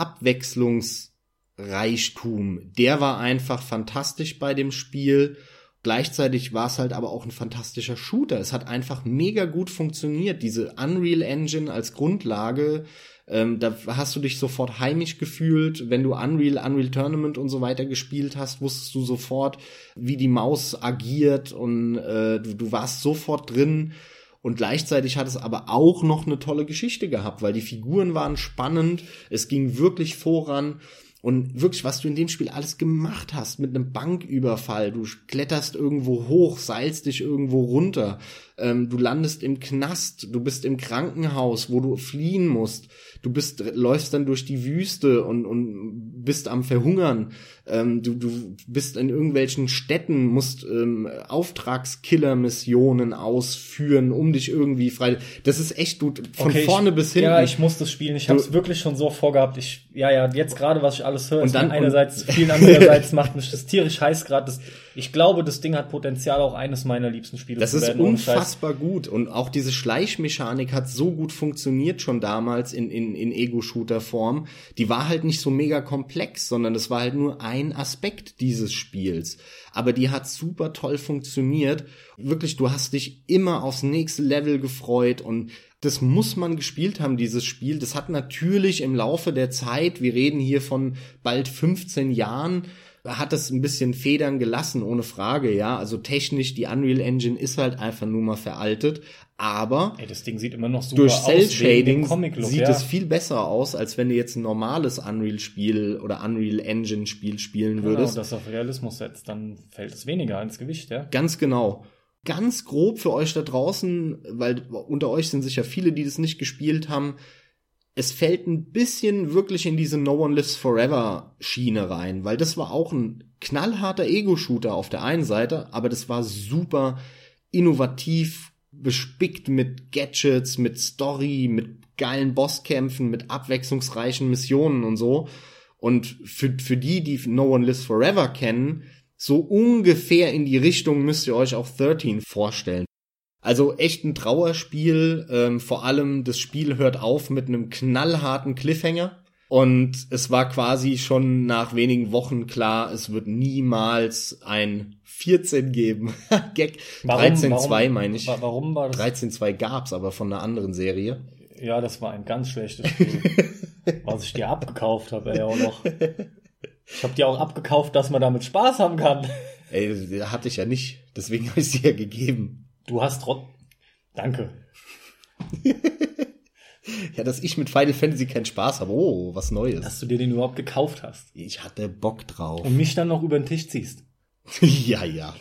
Abwechslungsreichtum, der war einfach fantastisch bei dem Spiel. Gleichzeitig war es halt aber auch ein fantastischer Shooter. Es hat einfach mega gut funktioniert. Diese Unreal Engine als Grundlage, ähm, da hast du dich sofort heimisch gefühlt. Wenn du Unreal, Unreal Tournament und so weiter gespielt hast, wusstest du sofort, wie die Maus agiert und äh, du, du warst sofort drin. Und gleichzeitig hat es aber auch noch eine tolle Geschichte gehabt, weil die Figuren waren spannend, es ging wirklich voran. Und wirklich, was du in dem Spiel alles gemacht hast mit einem Banküberfall, du kletterst irgendwo hoch, seilst dich irgendwo runter, ähm, du landest im Knast, du bist im Krankenhaus, wo du fliehen musst, du bist läufst dann durch die Wüste und und bist am Verhungern, ähm, du du bist in irgendwelchen Städten, musst ähm, Auftragskiller-Missionen ausführen, um dich irgendwie frei. Das ist echt, du von okay, vorne ich, bis hinten. Ja, ich muss das spielen. Ich habe es wirklich schon so vorgehabt. Ich ja ja jetzt gerade, was ich alles höre, und ist dann einerseits viel, andererseits macht mich das tierisch heiß gerade. Ich glaube, das Ding hat Potenzial, auch eines meiner liebsten Spiele das zu werden. Das ist unfassbar gut und auch diese Schleichmechanik hat so gut funktioniert schon damals in in in Ego-Shooter-Form. Die war halt nicht so mega komplex, sondern das war halt nur ein Aspekt dieses Spiels. Aber die hat super toll funktioniert. Wirklich, du hast dich immer aufs nächste Level gefreut und das muss man gespielt haben, dieses Spiel. Das hat natürlich im Laufe der Zeit, wir reden hier von bald fünfzehn Jahren, hat es ein bisschen Federn gelassen, ohne Frage, ja. Also technisch, die Unreal Engine ist halt einfach nur mal veraltet, aber ey, das Ding sieht immer noch super durch aus. Cell-Shading sieht ja. es viel besser aus, als wenn du jetzt ein normales Unreal-Spiel oder Unreal Engine-Spiel spielen genau, würdest. Genau, das auf Realismus setzt, dann fällt es weniger ins Gewicht, ja. Ganz genau. Ganz grob für euch da draußen, weil unter euch sind sicher viele, die das nicht gespielt haben, es fällt ein bisschen wirklich in diese No One Lives Forever Schiene rein, weil das war auch ein knallharter Ego-Shooter auf der einen Seite, aber das war super innovativ, bespickt mit Gadgets, mit Story, mit geilen Bosskämpfen, mit abwechslungsreichen Missionen und so. Und für, für die, die No One Lives Forever kennen, so ungefähr in die Richtung müsst ihr euch auch dreizehn vorstellen. Also echt ein Trauerspiel, ähm, vor allem das Spiel hört auf mit einem knallharten Cliffhanger und es war quasi schon nach wenigen Wochen klar, es wird niemals ein vierzehn geben. Gag. dreizehn Komma zwei meine ich. Warum war das? dreizehn Komma zwei gab's aber von einer anderen Serie. Ja, das war ein ganz schlechtes Spiel, was ich dir abgekauft habe, ey, auch noch. Ich habe dir auch abgekauft, dass man damit Spaß haben kann. Ey, hatte ich ja nicht, deswegen habe ich sie ja gegeben. Du hast trotzdem... Danke. Ja, dass ich mit Final Fantasy keinen Spaß habe. Oh, was Neues. Dass du dir den überhaupt gekauft hast. Ich hatte Bock drauf. Und mich dann noch über den Tisch ziehst. Ja, ja.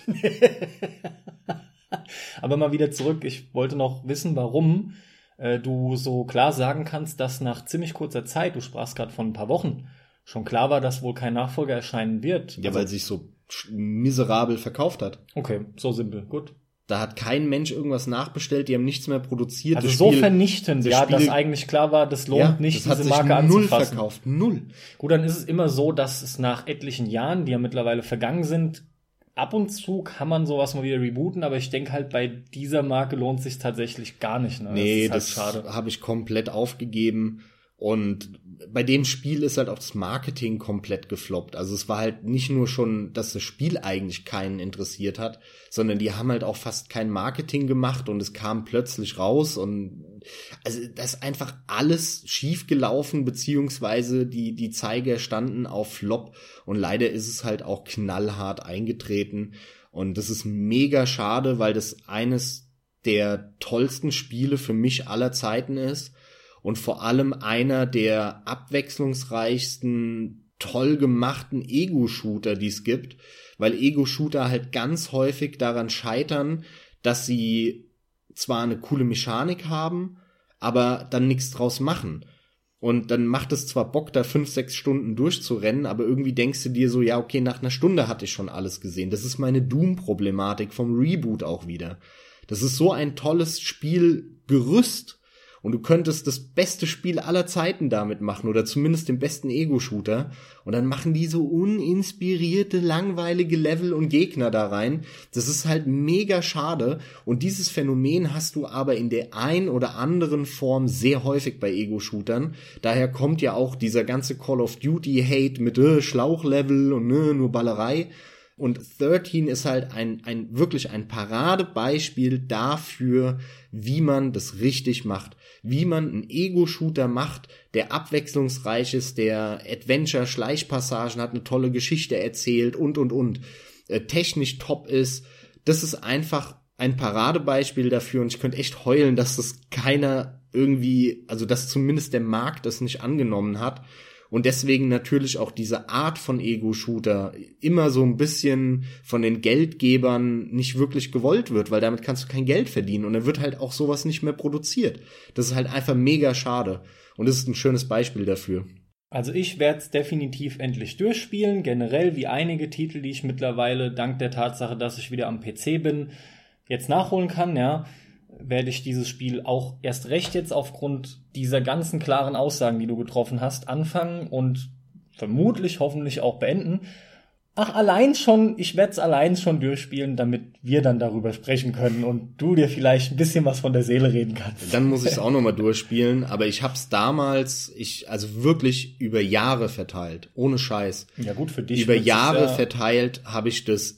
Aber mal wieder zurück. Ich wollte noch wissen, warum äh, du so klar sagen kannst, dass nach ziemlich kurzer Zeit, du sprachst gerade von ein paar Wochen, schon klar war, dass wohl kein Nachfolger erscheinen wird. Ja, also, weil sich so miserabel verkauft hat. Okay, so simpel, gut. Da hat kein Mensch irgendwas nachbestellt, die haben nichts mehr produziert. Also das so Spiel, vernichtend, ja, Spiel, dass eigentlich klar war, das lohnt ja, nicht, das hat diese sich Marke null anzufassen. verkauft, null. Gut, dann ist es immer so, dass es nach etlichen Jahren, die ja mittlerweile vergangen sind, ab und zu kann man sowas mal wieder rebooten, aber ich denke halt, bei dieser Marke lohnt es sich tatsächlich gar nicht. Ne? Nee, das ist halt das schade. habe ich komplett aufgegeben. Und bei dem Spiel ist halt auch das Marketing komplett gefloppt. Also es war halt nicht nur schon, dass das Spiel eigentlich keinen interessiert hat, sondern die haben halt auch fast kein Marketing gemacht und es kam plötzlich raus und also das ist einfach alles schief gelaufen, beziehungsweise die, die Zeiger standen auf Flop und leider ist es halt auch knallhart eingetreten und das ist mega schade, weil das eines der tollsten Spiele für mich aller Zeiten ist. Und vor allem einer der abwechslungsreichsten, toll gemachten Ego-Shooter, die es gibt, weil Ego-Shooter halt ganz häufig daran scheitern, dass sie zwar eine coole Mechanik haben, aber dann nichts draus machen. Und dann macht es zwar Bock, da fünf, sechs Stunden durchzurennen, aber irgendwie denkst du dir so, ja okay, nach einer Stunde hatte ich schon alles gesehen. Das ist meine Doom-Problematik vom Reboot auch wieder. Das ist so ein tolles Spielgerüst, und du könntest das beste Spiel aller Zeiten damit machen oder zumindest den besten Ego-Shooter und dann machen die so uninspirierte, langweilige Level und Gegner da rein. Das ist halt mega schade und dieses Phänomen hast du aber in der ein oder anderen Form sehr häufig bei Ego-Shootern. Daher kommt ja auch dieser ganze Call of Duty-Hate mit äh, Schlauchlevel und äh, nur Ballerei. Und dreizehn ist halt ein, ein, wirklich ein Paradebeispiel dafür, wie man das richtig macht. Wie man einen Ego-Shooter macht, der abwechslungsreich ist, der Adventure-Schleichpassagen hat, eine tolle Geschichte erzählt und, und, und. Äh, technisch top ist. Das ist einfach ein Paradebeispiel dafür und ich könnte echt heulen, dass das keiner irgendwie, also dass zumindest der Markt das nicht angenommen hat. Und deswegen natürlich auch diese Art von Ego-Shooter immer so ein bisschen von den Geldgebern nicht wirklich gewollt wird, weil damit kannst du kein Geld verdienen und dann wird halt auch sowas nicht mehr produziert. Das ist halt einfach mega schade und das ist ein schönes Beispiel dafür. Also ich werde es definitiv endlich durchspielen, generell wie einige Titel, die ich mittlerweile dank der Tatsache, dass ich wieder am P C bin, jetzt nachholen kann, ja. Werde ich dieses Spiel auch erst recht jetzt aufgrund dieser ganzen klaren Aussagen, die du getroffen hast, anfangen und vermutlich hoffentlich auch beenden. Ach, allein schon, ich werde es allein schon durchspielen, damit wir dann darüber sprechen können und du dir vielleicht ein bisschen was von der Seele reden kannst. Dann muss ich es auch nochmal durchspielen, aber ich habe es damals, ich also wirklich über Jahre verteilt, ohne Scheiß. Ja gut, für dich. Über Jahre ja verteilt habe ich das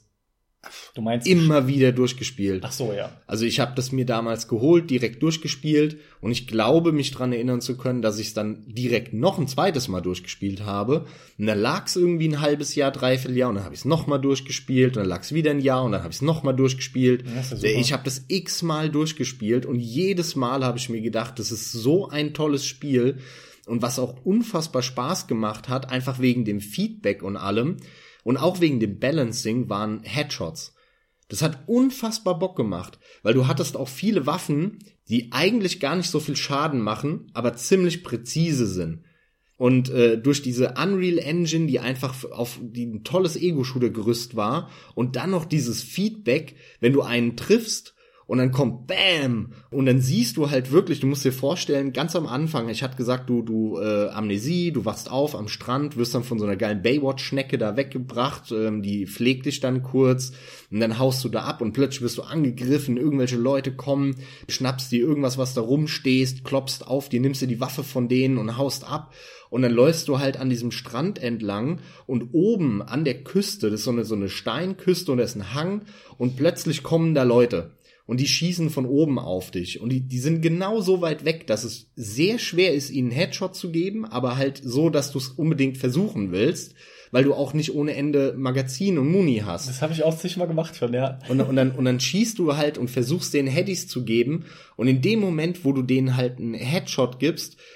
Du meinst immer wieder durchgespielt. Ach so, ja. Also ich habe das mir damals geholt, direkt durchgespielt und ich glaube, mich dran erinnern zu können, dass ich es dann direkt noch ein zweites Mal durchgespielt habe. Und dann lag es irgendwie ein halbes Jahr, dreiviertel Jahr und dann habe ich es nochmal durchgespielt und dann lag es wieder ein Jahr und dann habe ich es nochmal durchgespielt. Ja, ist ja super. Ich habe das x-mal durchgespielt und jedes Mal habe ich mir gedacht, das ist so ein tolles Spiel und was auch unfassbar Spaß gemacht hat, einfach wegen dem Feedback und allem. Und auch wegen dem Balancing waren Headshots. Das hat unfassbar Bock gemacht, weil du hattest auch viele Waffen, die eigentlich gar nicht so viel Schaden machen, aber ziemlich präzise sind. Und äh, durch diese Unreal Engine, die einfach auf die ein tolles Ego-Shooter-Gerüst war und dann noch dieses Feedback, wenn du einen triffst, und dann kommt Bam! Und dann siehst du halt wirklich, du musst dir vorstellen, ganz am Anfang, ich hatte gesagt, du du äh, Amnesie, du wachst auf am Strand, wirst dann von so einer geilen Baywatch-Schnecke da weggebracht, ähm, die pflegt dich dann kurz und dann haust du da ab und plötzlich wirst du angegriffen, irgendwelche Leute kommen, schnappst dir irgendwas, was da rumstehst, klopfst auf die, nimmst dir die Waffe von denen und haust ab. Und dann läufst du halt an diesem Strand entlang und oben an der Küste, das ist so eine, so eine Steinküste und da ist ein Hang und plötzlich kommen da Leute. Und die schießen von oben auf dich. Und die, die sind genau so weit weg, dass es sehr schwer ist, ihnen einen Headshot zu geben, aber halt so, dass du es unbedingt versuchen willst, weil du auch nicht ohne Ende Magazin und Muni hast. Das habe ich auch sicher mal gemacht schon, ja. Und, und, dann, und dann schießt du halt und versuchst, denen Headies zu geben. Und in dem Moment, wo du denen halt einen Headshot gibst,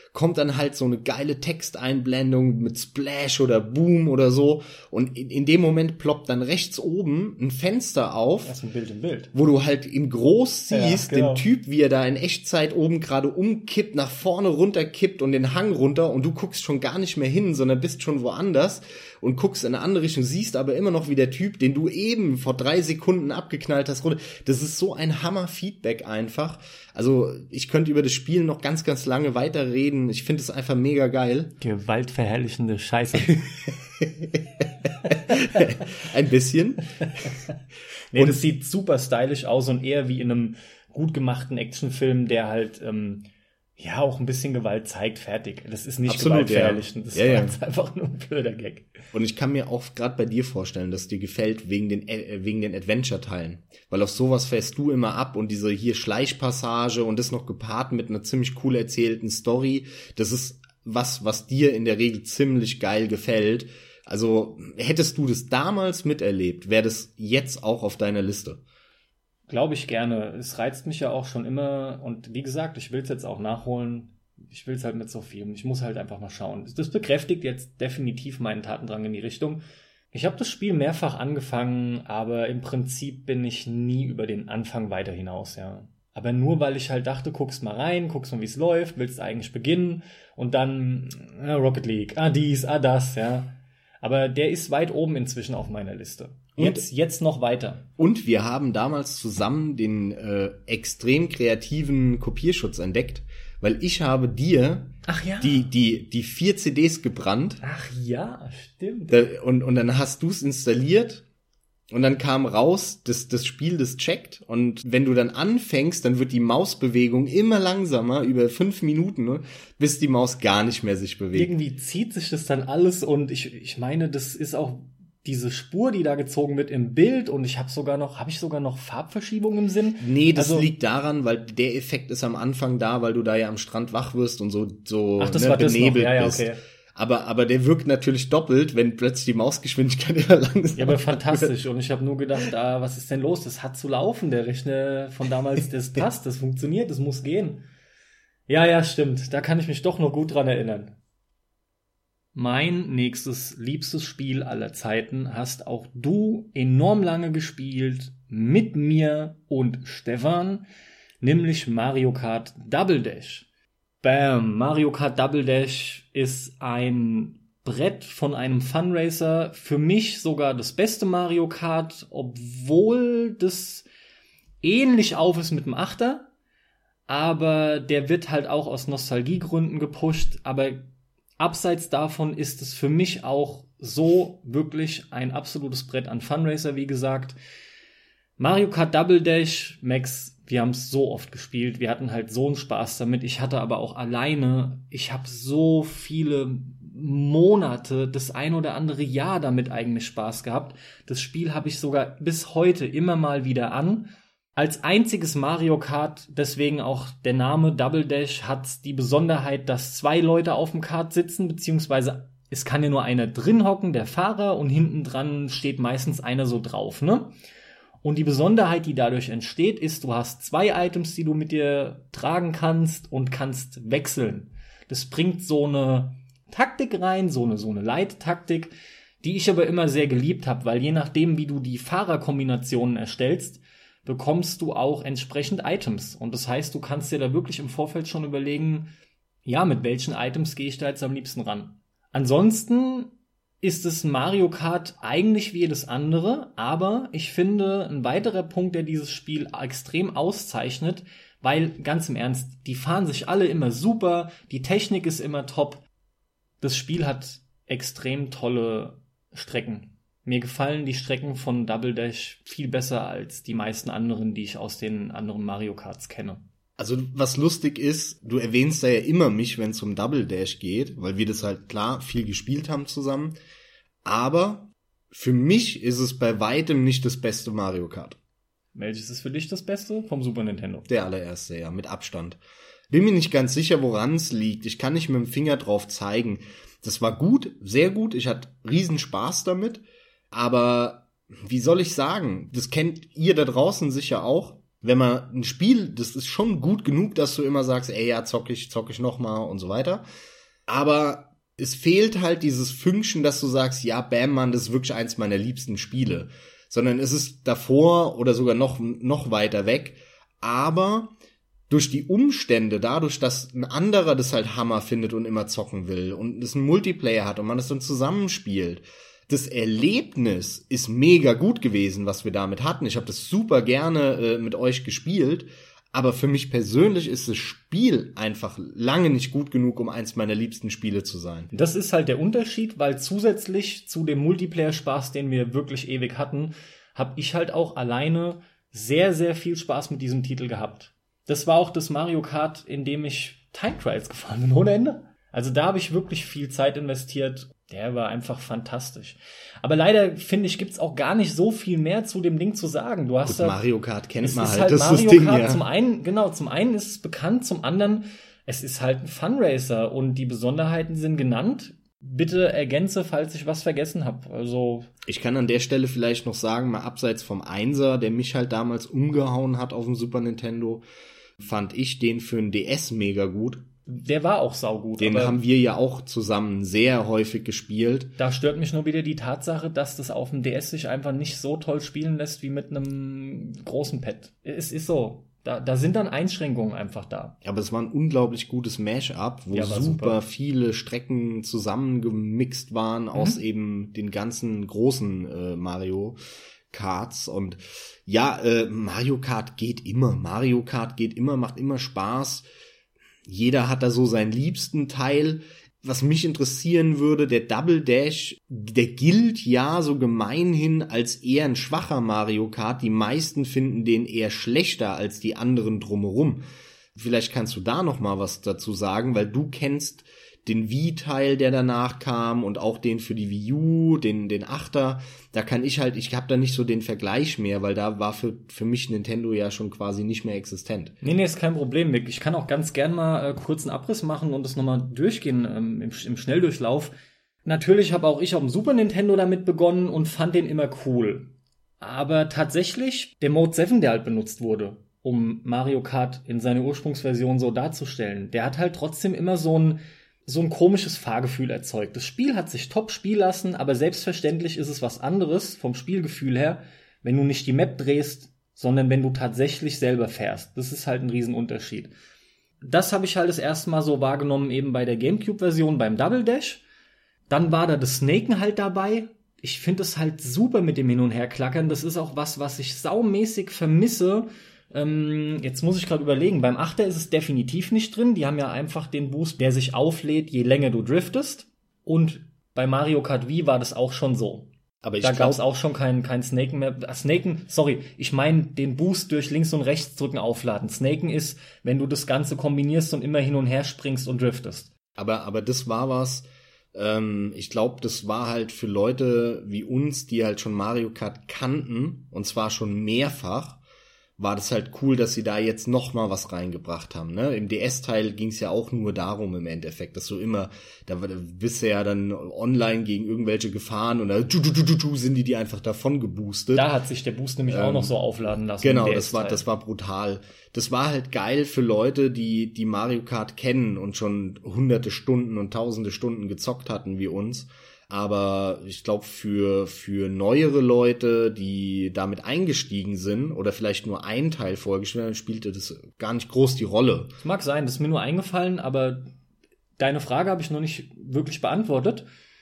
kommt dann halt so eine geile Texteinblendung mit Splash oder Boom oder so und in, in dem Moment ploppt dann rechts oben ein Fenster auf, das ist ein Bild im Bild, wo du halt im Groß siehst, ja, genau. den Typ, wie er da in Echtzeit oben gerade umkippt, nach vorne runterkippt und den Hang runter und du guckst schon gar nicht mehr hin, sondern bist schon woanders und guckst in eine andere Richtung, siehst aber immer noch wie der Typ, den du eben vor drei Sekunden abgeknallt hast, runter. Das ist so ein Hammer-Feedback einfach. Also ich könnte über das Spiel noch ganz, ganz lange weiterreden. Ich finde es einfach mega geil. Gewaltverherrlichende Scheiße. Ein bisschen. Nee, und das sieht super stylisch aus und eher wie in einem gut gemachten Actionfilm, der halt ähm, ja auch ein bisschen Gewalt zeigt, fertig. Das ist nicht Absolut, gewaltverherrlichend. Ja. Das ja, war ja. jetzt einfach nur ein blöder Gag. Und ich kann mir auch gerade bei dir vorstellen, dass dir gefällt wegen den äh, wegen den Adventure-Teilen. Weil auf sowas fährst du immer ab und diese hier Schleichpassage und das noch gepaart mit einer ziemlich cool erzählten Story, das ist was, was dir in der Regel ziemlich geil gefällt. Also hättest du das damals miterlebt, wäre das jetzt auch auf deiner Liste. Glaube ich gerne. Es reizt mich ja auch schon immer. Und wie gesagt, ich will es jetzt auch nachholen. Ich will es halt mit so viel. Ich muss halt einfach mal schauen. Das bekräftigt jetzt definitiv meinen Tatendrang in die Richtung. Ich habe das Spiel mehrfach angefangen, aber im Prinzip bin ich nie über den Anfang weiter hinaus, ja. Aber nur, weil ich halt dachte, guckst mal rein, guckst mal, wie es läuft, willst eigentlich beginnen und dann äh, Rocket League, ah dies, ah das, ja. Aber der ist weit oben inzwischen auf meiner Liste. Jetzt, jetzt noch weiter. Und wir haben damals zusammen den äh, extrem kreativen Kopierschutz entdeckt, weil ich habe dir Ach ja. die die die vier C Ds gebrannt. Ach ja, stimmt. Da, und und dann hast du es installiert und dann kam raus, dass das Spiel das checkt und wenn du dann anfängst, dann wird die Mausbewegung immer langsamer über fünf Minuten, ne, bis die Maus gar nicht mehr sich bewegt. Irgendwie zieht sich das dann alles und ich ich meine, das ist auch diese Spur, die da gezogen wird im Bild und ich habe sogar noch, habe ich sogar noch Farbverschiebung im Sinn? Nee, das also, liegt daran, weil der Effekt ist am Anfang da, weil du da ja am Strand wach wirst und so, so Ach, das ne, war das benebelt noch. Ja, ja, bist. okay. Aber, aber der wirkt natürlich doppelt, wenn plötzlich die Mausgeschwindigkeit immer langsam Ja, aber fantastisch. Und ich habe nur gedacht, ah, was ist denn los? Das hat zu laufen, der Rechner von damals, das passt, das funktioniert, das muss gehen. Ja, ja, stimmt. Da kann ich mich doch noch gut dran erinnern. Mein nächstes liebstes Spiel aller Zeiten hast auch du enorm lange gespielt, mit mir und Stefan, nämlich Mario Kart Double Dash. Bam, Mario Kart Double Dash ist ein Brett von einem Funracer, für mich sogar das beste Mario Kart, obwohl das ähnlich auf ist mit dem Achter, aber der wird halt auch aus Nostalgiegründen gepusht, aber abseits davon ist es für mich auch so wirklich ein absolutes Brett an Funracer, wie gesagt. Mario Kart Double Dash, Max, wir haben es so oft gespielt, wir hatten halt so einen Spaß damit. Ich hatte aber auch alleine, ich habe so viele Monate, das ein oder andere Jahr damit eigentlich Spaß gehabt. Das Spiel habe ich sogar bis heute immer mal wieder an. Als einziges Mario Kart, deswegen auch der Name Double Dash, hat die Besonderheit, dass zwei Leute auf dem Kart sitzen, beziehungsweise es kann ja nur einer drin hocken, der Fahrer, und hinten dran steht meistens einer so drauf, ne? Und die Besonderheit, die dadurch entsteht, ist, du hast zwei Items, die du mit dir tragen kannst und kannst wechseln. Das bringt so eine Taktik rein, so eine, so eine Leittaktik, die ich aber immer sehr geliebt habe, weil je nachdem, wie du die Fahrerkombinationen erstellst, bekommst du auch entsprechend Items. Und das heißt, du kannst dir da wirklich im Vorfeld schon überlegen, ja, mit welchen Items gehe ich da jetzt am liebsten ran. Ansonsten ist es Mario Kart eigentlich wie jedes andere, aber ich finde, ein weiterer Punkt, der dieses Spiel extrem auszeichnet, weil, ganz im Ernst, die fahren sich alle immer super, die Technik ist immer top. Das Spiel hat extrem tolle Strecken. Mir gefallen die Strecken von Double Dash viel besser als die meisten anderen, die ich aus den anderen Mario Karts kenne. Also was lustig ist, du erwähnst da ja immer mich, wenn es um Double Dash geht, weil wir das halt klar viel gespielt haben zusammen. Aber für mich ist es bei weitem nicht das beste Mario Kart. Welches ist für dich das Beste? Vom Super Nintendo. Der allererste, ja, mit Abstand. Bin mir nicht ganz sicher, woran es liegt. Ich kann nicht mit dem Finger drauf zeigen. Das war gut, sehr gut. Ich hatte riesen Spaß damit. Aber wie soll ich sagen? Das kennt ihr da draußen sicher auch. wenn man ein Spiel, das ist schon gut genug, dass du immer sagst, ey, ja, zock ich, zock ich noch mal und so weiter. Aber es fehlt halt dieses Fünkchen, dass du sagst, ja, bam, Mann, das ist wirklich eins meiner liebsten Spiele. Sondern es ist davor oder sogar noch, noch weiter weg. Aber durch die Umstände, dadurch, dass ein anderer das halt Hammer findet und immer zocken will und es einen Multiplayer hat und man es dann zusammenspielt, das Erlebnis ist mega gut gewesen, was wir damit hatten. Ich habe das super gerne äh, mit euch gespielt, aber für mich persönlich ist das Spiel einfach lange nicht gut genug, um eins meiner liebsten Spiele zu sein. Das ist halt der Unterschied, weil zusätzlich zu dem Multiplayer-Spaß, den wir wirklich ewig hatten, habe ich halt auch alleine sehr, sehr viel Spaß mit diesem Titel gehabt. Das war auch das Mario Kart, in dem ich Time Trials gefahren bin, ohne Ende. Also da habe ich wirklich viel Zeit investiert. Der war einfach fantastisch. Aber leider, finde ich, gibt's auch gar nicht so viel mehr zu dem Ding zu sagen. Du hast Gut, Mario Kart kennt man halt, halt das Mario ist das Ding, Kart ja. Zum einen, genau, zum einen ist es bekannt, zum anderen, es ist halt ein Funracer und die Besonderheiten sind genannt. Bitte ergänze, falls ich was vergessen habe. Also ich kann an der Stelle vielleicht noch sagen, mal abseits vom Einser, der mich halt damals umgehauen hat auf dem Super Nintendo, fand ich den für den D S mega gut. Der war auch saugut. Den haben wir ja auch zusammen sehr häufig gespielt. Da stört mich nur wieder die Tatsache, dass das auf dem D S sich einfach nicht so toll spielen lässt wie mit einem großen Pad. Es ist so. Da, da sind dann Einschränkungen einfach da. Aber es war ein unglaublich gutes Mash-up, wo Ja, super, super viele Strecken zusammengemixt waren mhm. aus eben den ganzen großen äh, Mario Karts. Und ja, äh, Mario Kart geht immer. Mario Kart geht immer, macht immer Spaß. Jeder hat da so seinen liebsten Teil. Was mich interessieren würde, der Double Dash, der gilt ja so gemeinhin als eher ein schwacher Mario Kart. Die meisten finden den eher schlechter als die anderen drumherum. Vielleicht kannst du da noch mal was dazu sagen, weil du kennst den Wii-Teil, der danach kam und auch den für die Wii U, den den Achter. Da kann ich halt, ich habe da nicht so den Vergleich mehr, weil da war für für mich Nintendo ja schon quasi nicht mehr existent. Nee, nee, ist kein Problem, Mick. Ich kann auch ganz gern mal äh, kurz einen Abriss machen und das nochmal durchgehen ähm, im, im Schnelldurchlauf. Natürlich habe auch ich auf dem Super Nintendo damit begonnen und fand den immer cool. Aber tatsächlich, der Mode sieben, der halt benutzt wurde, um Mario Kart in seiner Ursprungsversion so darzustellen, der hat halt trotzdem immer so ein so ein komisches Fahrgefühl erzeugt. Das Spiel hat sich top spielen lassen, aber selbstverständlich ist es was anderes vom Spielgefühl her, wenn du nicht die Map drehst, sondern wenn du tatsächlich selber fährst. Das ist halt ein Riesenunterschied. Das habe ich halt das erste Mal so wahrgenommen eben bei der GameCube-Version beim Double Dash. Dann war da das Snaken halt dabei. Ich finde es halt super mit dem Hin- und Herklackern. Das ist auch was, was ich saumäßig vermisse. Ähm, jetzt muss ich gerade überlegen, beim Achter ist es definitiv nicht drin. Die haben ja einfach den Boost, der sich auflädt, je länger du driftest. Und bei Mario Kart Wii war das auch schon so. Aber ich da gab es auch schon kein, kein Snaken mehr. Äh, Snaken, sorry, ich meine den Boost durch links und rechts drücken aufladen. Snaken ist, wenn du das Ganze kombinierst und immer hin und her springst und driftest. Aber, aber das war was, ähm, ich glaube, das war halt für Leute wie uns, die halt schon Mario Kart kannten, und zwar schon mehrfach, war das halt cool, dass sie da jetzt noch mal was reingebracht haben. Ne? Im D S-Teil ging es ja auch nur darum im Endeffekt, dass du immer, da bist du ja dann online gegen irgendwelche Gefahren und da du, du, du, du, sind die die einfach davon geboostet. Da hat sich der Boost nämlich ähm, auch noch so aufladen lassen. Genau, das war das war brutal. Das war halt geil für Leute, die die Mario Kart kennen und schon hunderte Stunden und tausende Stunden gezockt hatten wie uns. Aber ich glaube, für für neuere Leute, die damit eingestiegen sind oder vielleicht nur einen Teil vorgespielt haben, spielte das gar nicht groß die Rolle. Das mag sein, das ist mir nur eingefallen, aber deine Frage habe ich noch nicht wirklich beantwortet.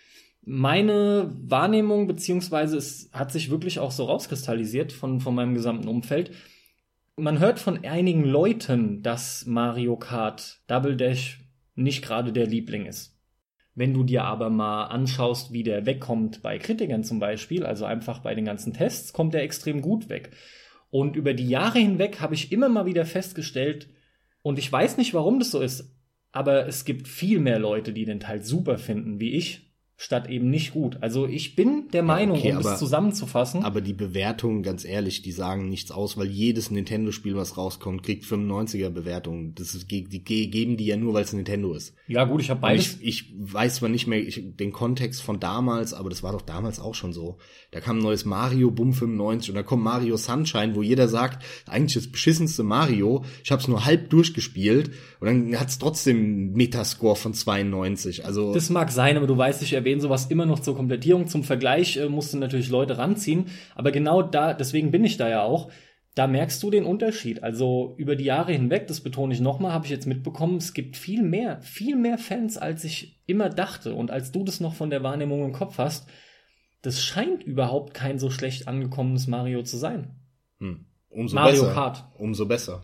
Meine Wahrnehmung, beziehungsweise es hat sich wirklich auch so rauskristallisiert von, von meinem gesamten Umfeld. Man hört von einigen Leuten, dass Mario Kart Double Dash nicht gerade der Liebling ist. Wenn du dir aber mal anschaust, wie der wegkommt bei Kritikern zum Beispiel, also einfach bei den ganzen Tests, kommt er extrem gut weg. Und über die Jahre hinweg habe ich immer mal wieder festgestellt, und ich weiß nicht, warum das so ist, aber es gibt viel mehr Leute, die den Teil super finden, wie ich. statt eben nicht gut. Also ich bin der Meinung, okay, um aber, das zusammenzufassen. Aber die Bewertungen, ganz ehrlich, die sagen nichts aus, weil jedes Nintendo-Spiel, was rauskommt, kriegt fünfundneunziger-Bewertungen. Das ist, die, die geben die ja nur, weil es Nintendo ist. Ja gut, ich habe beides. Ich, ich weiß zwar nicht mehr ich, den Kontext von damals, aber das war doch damals auch schon so. Da kam ein neues Mario, Bumm fünfundneunzig, und da kommt Mario Sunshine, wo jeder sagt, eigentlich das beschissenste Mario, ich habe es nur halb durchgespielt und dann hat es trotzdem einen Metascore von zweiundneunzig. Also das mag sein, aber du weißt, ich erwähne sowas immer noch zur Komplettierung. Zum Vergleich äh, musst du natürlich Leute ranziehen, aber genau da, deswegen bin ich da ja auch, da merkst du den Unterschied. Also über die Jahre hinweg, das betone ich nochmal, habe ich jetzt mitbekommen, es gibt viel mehr, viel mehr Fans, als ich immer dachte. Und als du das noch von der Wahrnehmung im Kopf hast, das scheint überhaupt kein so schlecht angekommenes Mario zu sein. Hm. Umso Mario besser. Kart. Umso besser.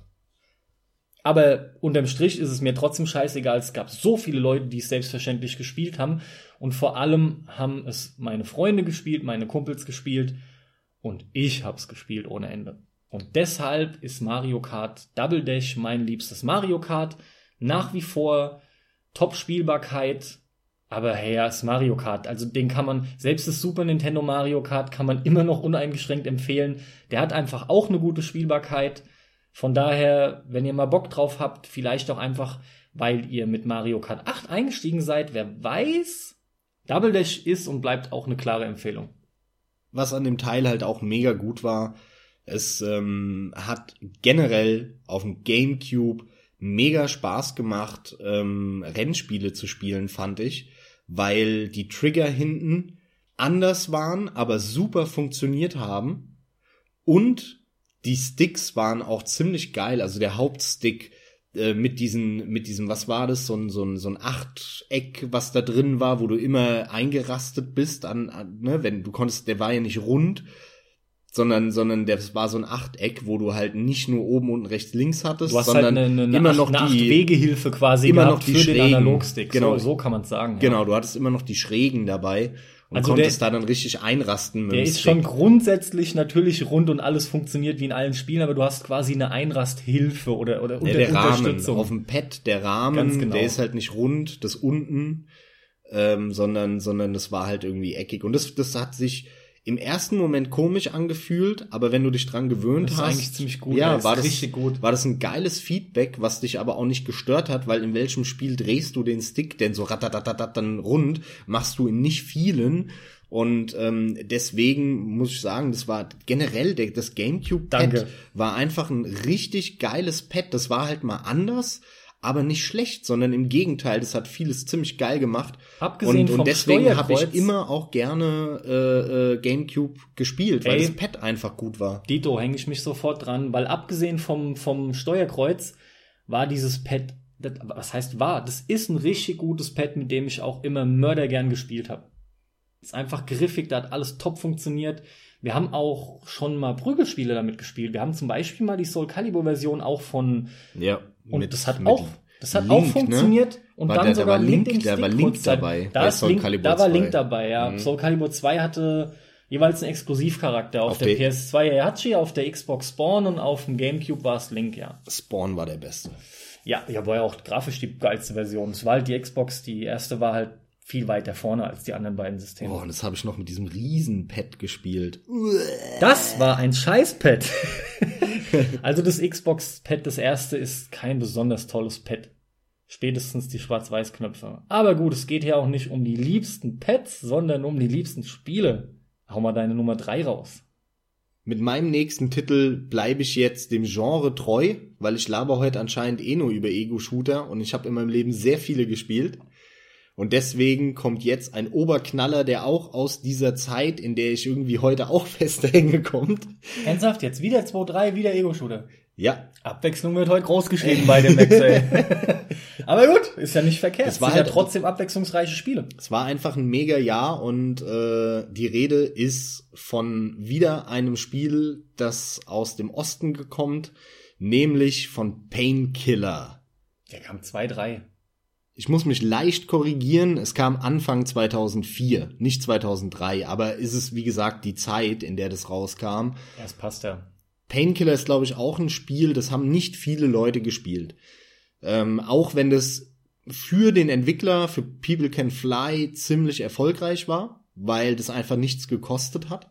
Aber unterm Strich ist es mir trotzdem scheißegal. Es gab so viele Leute, die es selbstverständlich gespielt haben. Und vor allem haben es meine Freunde gespielt, meine Kumpels gespielt. Und ich hab's gespielt ohne Ende. Und deshalb ist Mario Kart Double Dash mein liebstes Mario Kart. Nach wie vor Top-Spielbarkeit. Aber hey, ja, ist Mario Kart. Also den kann man, selbst das Super Nintendo Mario Kart kann man immer noch uneingeschränkt empfehlen. Der hat einfach auch eine gute Spielbarkeit. Von daher, wenn ihr mal Bock drauf habt, vielleicht auch einfach, weil ihr mit Mario Kart acht eingestiegen seid, wer weiß, Double Dash ist und bleibt auch eine klare Empfehlung. Was an dem Teil halt auch mega gut war, es ähm, hat generell auf dem GameCube mega Spaß gemacht, ähm, Rennspiele zu spielen, fand ich, weil die Trigger hinten anders waren, aber super funktioniert haben und die Sticks waren auch ziemlich geil, also der Hauptstick äh, mit diesen, mit diesem, was war das, so ein, so ein, so ein Achteck, was da drin war, wo du immer eingerastet bist, an, an ne, wenn du konntest, der war ja nicht rund, sondern, sondern das war so ein Achteck, wo du halt nicht nur oben, unten, rechts, links hattest, du hast sondern halt eine, eine immer Acht, noch eine die Acht-Wegehilfe quasi immer gehabt noch die für Schrägen. den Analogstick. Genau. So, so kann man sagen. Genau, ja. du hattest immer noch die Schrägen dabei. Und also konntest der, da dann richtig einrasten mit Der dem ist Stick. schon grundsätzlich natürlich rund und alles funktioniert wie in allen Spielen, aber du hast quasi eine Einrasthilfe oder, oder ja, unter, der Rahmen, Unterstützung. auf dem Pad, der Rahmen, Ganz genau. Der ist halt nicht rund, das unten, ähm, sondern, sondern das war halt irgendwie eckig. Und das, das hat sich im ersten Moment komisch angefühlt, aber wenn du dich dran gewöhnt das ist hast, eigentlich ziemlich gut. ja, ist war das richtig gut. War das ein geiles Feedback, was dich aber auch nicht gestört hat, weil in welchem Spiel drehst du den Stick denn so ratatatatat dann rund, machst du in nicht vielen. Und ähm, deswegen muss ich sagen, das war generell der, das GameCube-Pad war einfach ein richtig geiles Pad. Das war halt mal anders, aber nicht schlecht, sondern im Gegenteil, das hat vieles ziemlich geil gemacht. Abgesehen und, vom und deswegen habe ich Steuerkreuz immer auch gerne äh, äh, GameCube gespielt, weil Ey, das Pad einfach gut war. Dito, hänge ich mich sofort dran, weil abgesehen vom, vom Steuerkreuz war dieses Pad, das, was heißt war, das ist ein richtig gutes Pad, mit dem ich auch immer mördergern gespielt habe. Ist einfach griffig, da hat alles top funktioniert. Wir haben auch schon mal Prügelspiele damit gespielt. Wir haben zum Beispiel mal die Soul Calibur Version auch von, ja, und mit, das hat mit auch, das hat Link, auch funktioniert, ne? Und war dann der, sogar der war Link, Link, im der Stick war Link kurzzeit. dabei. Da, bei ist Soul Link, Calibur da war zwei. Link dabei, ja. Mhm. Soul Calibur zwei hatte jeweils einen Exklusivcharakter. Auf, auf der P S zwei Heihachi, auf der Xbox Spawn und auf dem GameCube war es Link, ja. Spawn war der beste. Ja, ja, war ja auch grafisch die geilste Version. Es war halt die Xbox, die erste war halt viel weiter vorne als die anderen beiden Systeme. Oh, und das habe ich noch mit diesem Riesen-Pad gespielt. Das war ein Scheiß-Pad. Also das Xbox-Pad, das erste, ist kein besonders tolles Pad. Spätestens die Schwarz-Weiß-Knöpfe. Aber gut, es geht hier auch nicht um die liebsten Pads, sondern um die liebsten Spiele. Hau mal deine Nummer drei raus. Mit meinem nächsten Titel bleibe ich jetzt dem Genre treu, weil ich laber heute anscheinend eh nur über Ego-Shooter und ich habe in meinem Leben sehr viele gespielt. Und deswegen kommt jetzt ein Oberknaller, der auch aus dieser Zeit, in der ich irgendwie heute auch fest hänge, kommt. Ernsthaft jetzt? Wieder zwei drei, wieder Ego-Shooter? Ja. Abwechslung wird heute groß geschrieben bei dem Max, ey. Aber gut, ist ja nicht verkehrt. Es war sind halt ja trotzdem abwechslungsreiche Spiele. Es war einfach ein mega Jahr und äh, die Rede ist von wieder einem Spiel, das aus dem Osten gekommen, nämlich von Painkiller. Der kam zwei drei. Ich muss mich leicht korrigieren, es kam Anfang zweitausendvier, nicht zweitausenddrei, aber ist es, wie gesagt, die Zeit, in der das rauskam. Ja, es passt ja. Painkiller ist, glaube ich, auch ein Spiel, das haben nicht viele Leute gespielt. Ähm, auch wenn das für den Entwickler, für People Can Fly ziemlich erfolgreich war, weil das einfach nichts gekostet hat.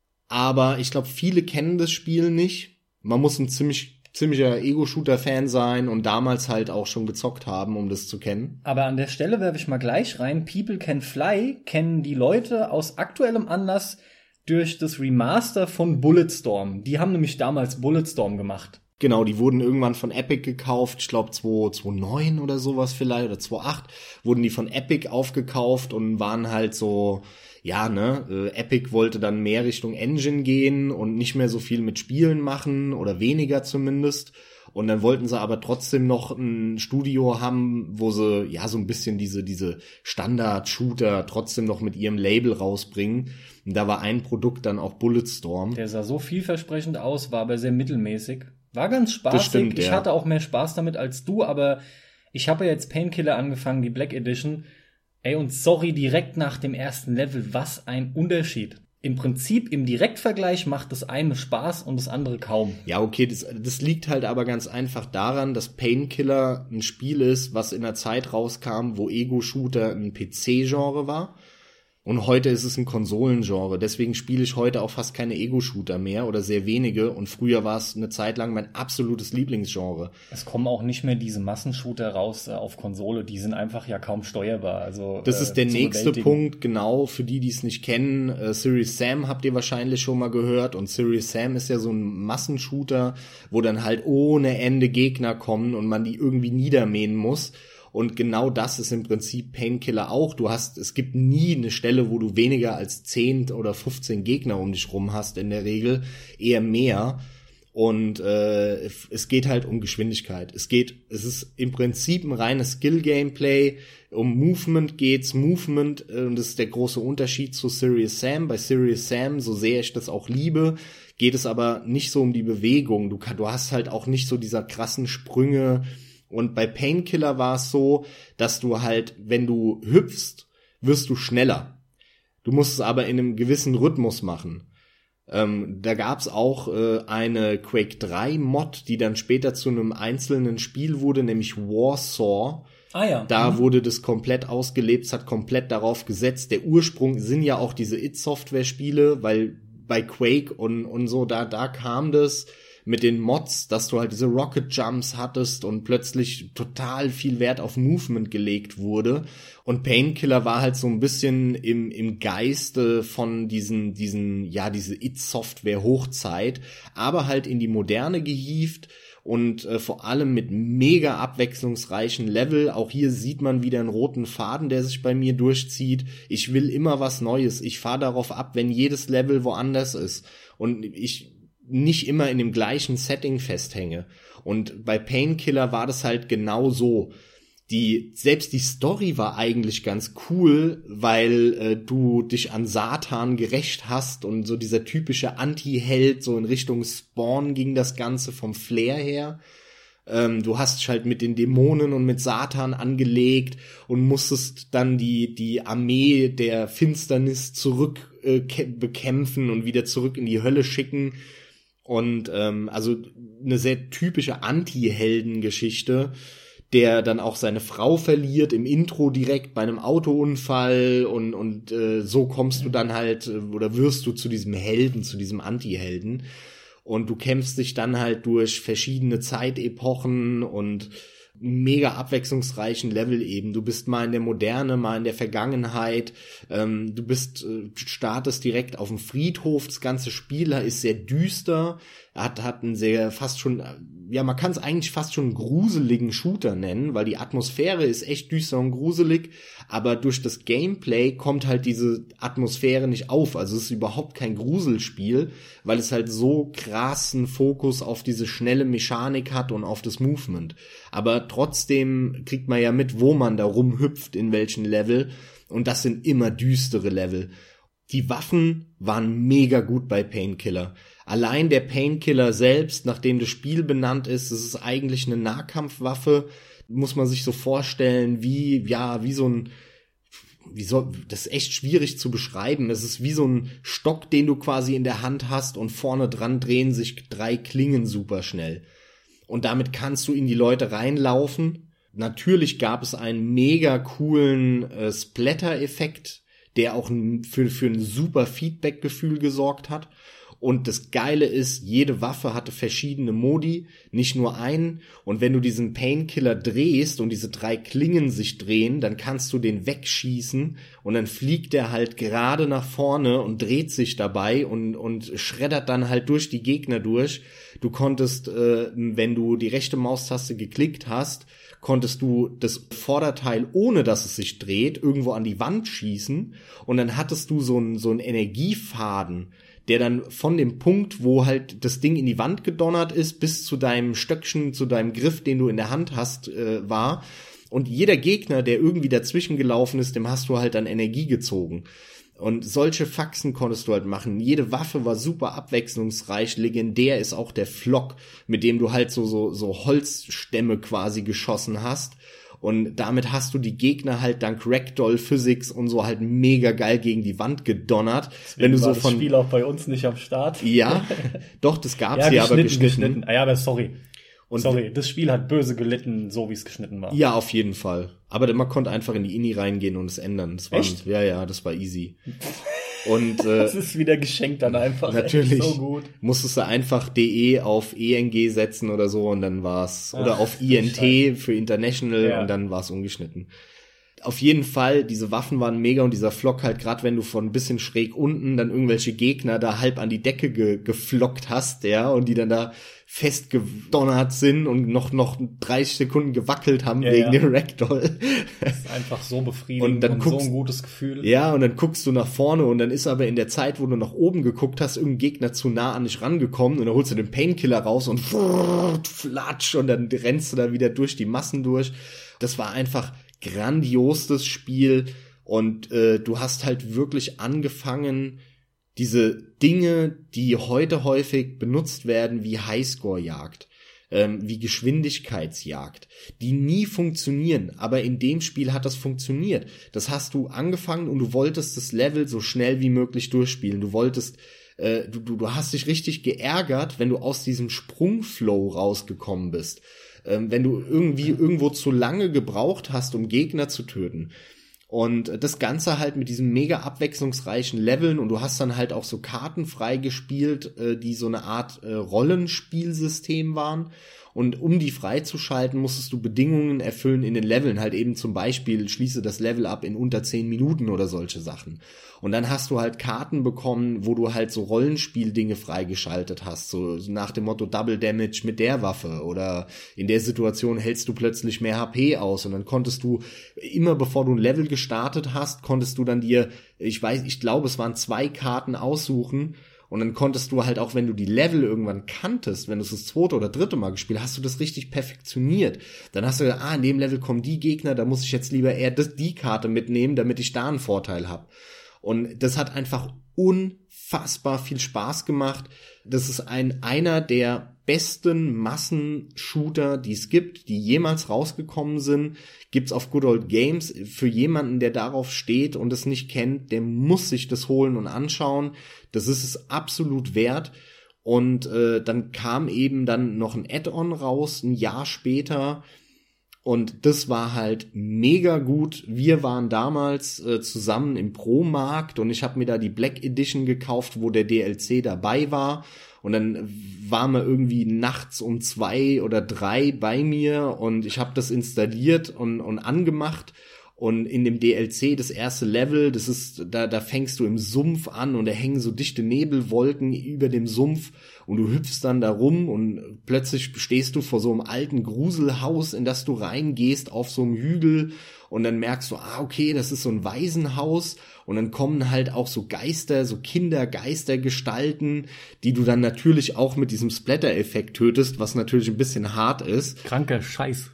Aber ich glaube, viele kennen das Spiel nicht. Man muss ein ziemlich ziemlicher Ego-Shooter-Fan sein und damals halt auch schon gezockt haben, um das zu kennen. Aber an der Stelle werfe ich mal gleich rein, People Can Fly kennen die Leute aus aktuellem Anlass durch das Remaster von Bulletstorm. Die haben nämlich damals Bulletstorm gemacht. Genau, die wurden irgendwann von Epic gekauft, ich glaube zweitausendneun oder sowas vielleicht, oder zweitausendacht, wurden die von Epic aufgekauft und waren halt so, ja, ne, äh, Epic wollte dann mehr Richtung Engine gehen und nicht mehr so viel mit Spielen machen, oder weniger zumindest. Und dann wollten sie aber trotzdem noch ein Studio haben, wo sie, ja, so ein bisschen diese, diese Standard-Shooter trotzdem noch mit ihrem Label rausbringen. Und da war ein Produkt dann auch Bulletstorm. Der sah so vielversprechend aus, war aber sehr mittelmäßig. War ganz spaßig. Das stimmt, ich ja. hatte auch mehr Spaß damit als du, aber ich habe ja jetzt Painkiller angefangen, die Black Edition. Ey, und sorry, direkt nach dem ersten Level, was ein Unterschied. Im Prinzip, im Direktvergleich macht das eine Spaß und das andere kaum. Ja, okay, das, das liegt halt aber ganz einfach daran, dass Painkiller ein Spiel ist, was in einer Zeit rauskam, wo Ego-Shooter ein P C-Genre war. Und heute ist es ein Konsolengenre. Deswegen spiele ich heute auch fast keine Ego-Shooter mehr oder sehr wenige. Und früher war es eine Zeit lang mein absolutes Lieblingsgenre. Es kommen auch nicht mehr diese Massenshooter raus äh, auf Konsole. Die sind einfach ja kaum steuerbar. Also Das ist der äh, nächste Punkt, genau, für die, die es nicht kennen. Äh, Serious Sam habt ihr wahrscheinlich schon mal gehört. Und Serious Sam ist ja so ein Massenshooter, wo dann halt ohne Ende Gegner kommen und man die irgendwie niedermähen muss. Und genau das ist im Prinzip Painkiller auch. Du hast, es gibt nie eine Stelle, wo du weniger als zehn oder fünfzehn Gegner um dich rum hast in der Regel, eher mehr. Und äh, es geht halt um Geschwindigkeit. Es geht, es ist im Prinzip ein reines Skill-Gameplay. Um Movement geht's, Movement, äh, und das ist der große Unterschied zu Serious Sam. Bei Serious Sam, so sehr ich das auch liebe, geht es aber nicht so um die Bewegung. Du, du hast halt auch nicht so dieser krassen Sprünge. Und bei Painkiller war es so, dass du halt, wenn du hüpfst, wirst du schneller. Du musst es aber in einem gewissen Rhythmus machen. Ähm, da gab's auch äh, eine Quake drei Mod, die dann später zu einem einzelnen Spiel wurde, nämlich Warsaw. Ah ja. Da mhm. wurde das komplett ausgelebt, es hat komplett darauf gesetzt. Der Ursprung sind ja auch diese id-Software-Spiele, weil bei Quake und, und so, da, da kam das mit den Mods, dass du halt diese Rocket Jumps hattest und plötzlich total viel Wert auf Movement gelegt wurde. Und Painkiller war halt so ein bisschen im, im Geiste von diesen, diesen, ja, diese id-Software-Hochzeit, aber halt in die Moderne gehievt und äh, vor allem mit mega abwechslungsreichen Level. Auch hier sieht man wieder einen roten Faden, der sich bei mir durchzieht. Ich will immer was Neues. Ich fahre darauf ab, wenn jedes Level woanders ist. Und ich nicht immer in dem gleichen Setting festhänge. Und bei Painkiller war das halt genau so. Die, selbst die Story war eigentlich ganz cool, weil äh, du dich an Satan gerächt hast und so dieser typische Anti-Held, so in Richtung Spawn ging das Ganze vom Flair her. Ähm, du hast dich halt mit den Dämonen und mit Satan angelegt und musstest dann die, die Armee der Finsternis zurück äh, bekämpfen und wieder zurück in die Hölle schicken. Und ähm, also eine sehr typische Anti-Helden-Geschichte, der dann auch seine Frau verliert im Intro direkt bei einem Autounfall und und äh, so kommst du dann halt oder wirst du zu diesem Helden, zu diesem Anti-Helden und du kämpfst dich dann halt durch verschiedene Zeitepochen und mega abwechslungsreichen Level eben. Du bist mal in der Moderne, mal in der Vergangenheit. Ähm, du bist äh, startest direkt auf dem Friedhof. Das ganze Spiel ist sehr düster. Hat hat einen sehr fast schon, ja, man kann es eigentlich fast schon einen gruseligen Shooter nennen, weil die Atmosphäre ist echt düster und gruselig. Aber durch das Gameplay kommt halt diese Atmosphäre nicht auf. Also es ist überhaupt kein Gruselspiel, weil es halt so krassen Fokus auf diese schnelle Mechanik hat und auf das Movement. Aber trotzdem kriegt man ja mit, wo man da rumhüpft, in welchen Level. Und das sind immer düstere Level. Die Waffen waren mega gut bei Painkiller. Allein der Painkiller selbst, nachdem das Spiel benannt ist, es ist eigentlich eine Nahkampfwaffe. Muss man sich so vorstellen, wie, ja, wie so ein, wie soll, das ist echt schwierig zu beschreiben. Es ist wie so ein Stock, den du quasi in der Hand hast und vorne dran drehen sich drei Klingen super schnell. Und damit kannst du in die Leute reinlaufen, natürlich gab es einen mega coolen äh, Splatter-Effekt, der auch für, für ein super Feedback-Gefühl gesorgt hat. Und das Geile ist, jede Waffe hatte verschiedene Modi, nicht nur einen. Und wenn du diesen Painkiller drehst und diese drei Klingen sich drehen, dann kannst du den wegschießen und dann fliegt der halt gerade nach vorne und dreht sich dabei und, und schreddert dann halt durch die Gegner durch. Du konntest, äh, wenn du die rechte Maustaste geklickt hast, konntest du das Vorderteil, ohne dass es sich dreht, irgendwo an die Wand schießen und dann hattest du so einen, so einen Energiefaden, der dann von dem Punkt, wo halt das Ding in die Wand gedonnert ist, bis zu deinem Stöckchen, zu deinem Griff, den du in der Hand hast, äh, war. Und jeder Gegner, der irgendwie dazwischen gelaufen ist, dem hast du halt dann Energie gezogen. Und solche Faxen konntest du halt machen. Jede Waffe war super abwechslungsreich. Legendär ist auch der Flock, mit dem du halt so, so, so Holzstämme quasi geschossen hast. Und damit hast du die Gegner halt dank Ragdoll Physics und so halt mega geil gegen die Wand gedonnert. Deswegen wenn du war so das von Spiel auch bei uns nicht am Start. Ja, doch, das gab's ja, ja, aber geschnitten, geschnitten. geschnitten. Ja, aber sorry. Und sorry, das Spiel hat böse gelitten, so wie es geschnitten war. Ja, auf jeden Fall. Aber man konnte einfach in die I N I reingehen und es ändern. Das war, Echt? Ja, ja, das war easy. Und äh, das ist wieder geschenkt dann einfach. natürlich Echt so gut. musstest du einfach D E auf E N G setzen oder so und dann war's. Ach, oder auf I N T für International ja. und dann war's ungeschnitten. Auf jeden Fall, diese Waffen waren mega und dieser Flock halt, gerade wenn du von ein bisschen schräg unten dann irgendwelche Gegner da halb an die Decke ge- geflockt hast, ja, und die dann da festgedonnert sind und noch noch dreißig Sekunden gewackelt haben ja, wegen ja. dem Ragdoll. Das ist einfach so befriedigend Und dann und guckst, so ein gutes Gefühl. Ja, und dann guckst du nach vorne und dann ist aber in der Zeit, wo du nach oben geguckt hast, irgendein Gegner zu nah an dich rangekommen und dann holst du den Painkiller raus und flatsch und dann rennst du da wieder durch die Massen durch. Das war einfach grandios, das Spiel, und äh, du hast halt wirklich angefangen, diese Dinge, die heute häufig benutzt werden, wie Highscore-Jagd, ähm, wie Geschwindigkeitsjagd, die nie funktionieren, aber in dem Spiel hat das funktioniert. Das hast du angefangen und du wolltest das Level so schnell wie möglich durchspielen. Du wolltest, äh, du, du, du hast dich richtig geärgert, wenn du aus diesem Sprungflow rausgekommen bist. Ähm, wenn du irgendwie irgendwo zu lange gebraucht hast, um Gegner zu töten. Und das Ganze halt mit diesem mega abwechslungsreichen Leveln und du hast dann halt auch so Karten freigespielt, äh, die so eine Art äh, Rollenspielsystem waren. Und um die freizuschalten, musstest du Bedingungen erfüllen in den Leveln. Halt eben zum Beispiel, schließe das Level ab in unter zehn Minuten oder solche Sachen. Und dann hast du halt Karten bekommen, wo du halt so Rollenspieldinge freigeschaltet hast. So nach dem Motto Double Damage mit der Waffe. Oder in der Situation hältst du plötzlich mehr H P aus. Und dann konntest du, immer bevor du ein Level gestartet hast, konntest du dann dir, ich weiß, ich glaube, es waren zwei Karten aussuchen. Und dann konntest du halt auch, wenn du die Level irgendwann kanntest, wenn du es das zweite oder dritte Mal gespielt hast, hast du das richtig perfektioniert. Dann hast du gedacht, ah, in dem Level kommen die Gegner, da muss ich jetzt lieber eher das, die Karte mitnehmen, damit ich da einen Vorteil habe. Und das hat einfach unfassbar viel Spaß gemacht. Das ist ein einer der besten Massenshooter, die es gibt, die jemals rausgekommen sind. Gibt's auf Good Old Games. Für jemanden, der darauf steht und es nicht kennt, der muss sich das holen und anschauen. Das ist es absolut wert. Und äh, dann kam eben dann noch ein Add-on raus, ein Jahr später. Und das war halt mega gut. Wir waren damals äh, zusammen im Pro-Markt und ich habe mir da die Black Edition gekauft, wo der D L C dabei war. Und dann waren wir irgendwie nachts um zwei oder drei bei mir und ich habe das installiert und, und angemacht. Und in dem D L C, das erste Level, das ist, da, da fängst du im Sumpf an und da hängen so dichte Nebelwolken über dem Sumpf und du hüpfst dann da rum und plötzlich stehst du vor so einem alten Gruselhaus, in das du reingehst auf so einem Hügel und dann merkst du, ah, okay, das ist so ein Waisenhaus und dann kommen halt auch so Geister, so Kindergeistergestalten, die du dann natürlich auch mit diesem Splatter-Effekt tötest, was natürlich ein bisschen hart ist. Kranker Scheiß.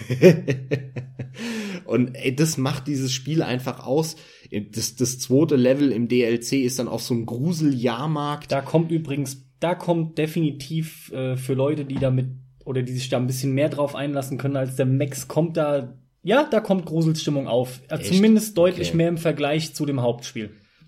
Und ey, das macht dieses Spiel einfach aus. Das, das zweite Level im D L C ist dann auch so ein Gruseljahrmarkt. Da kommt übrigens, da kommt definitiv äh, für Leute, die damit oder die sich da ein bisschen mehr drauf einlassen können als der Max, kommt da, ja, da kommt Gruselstimmung auf. Also zumindest deutlich okay. mehr im Vergleich zu dem Hauptspiel.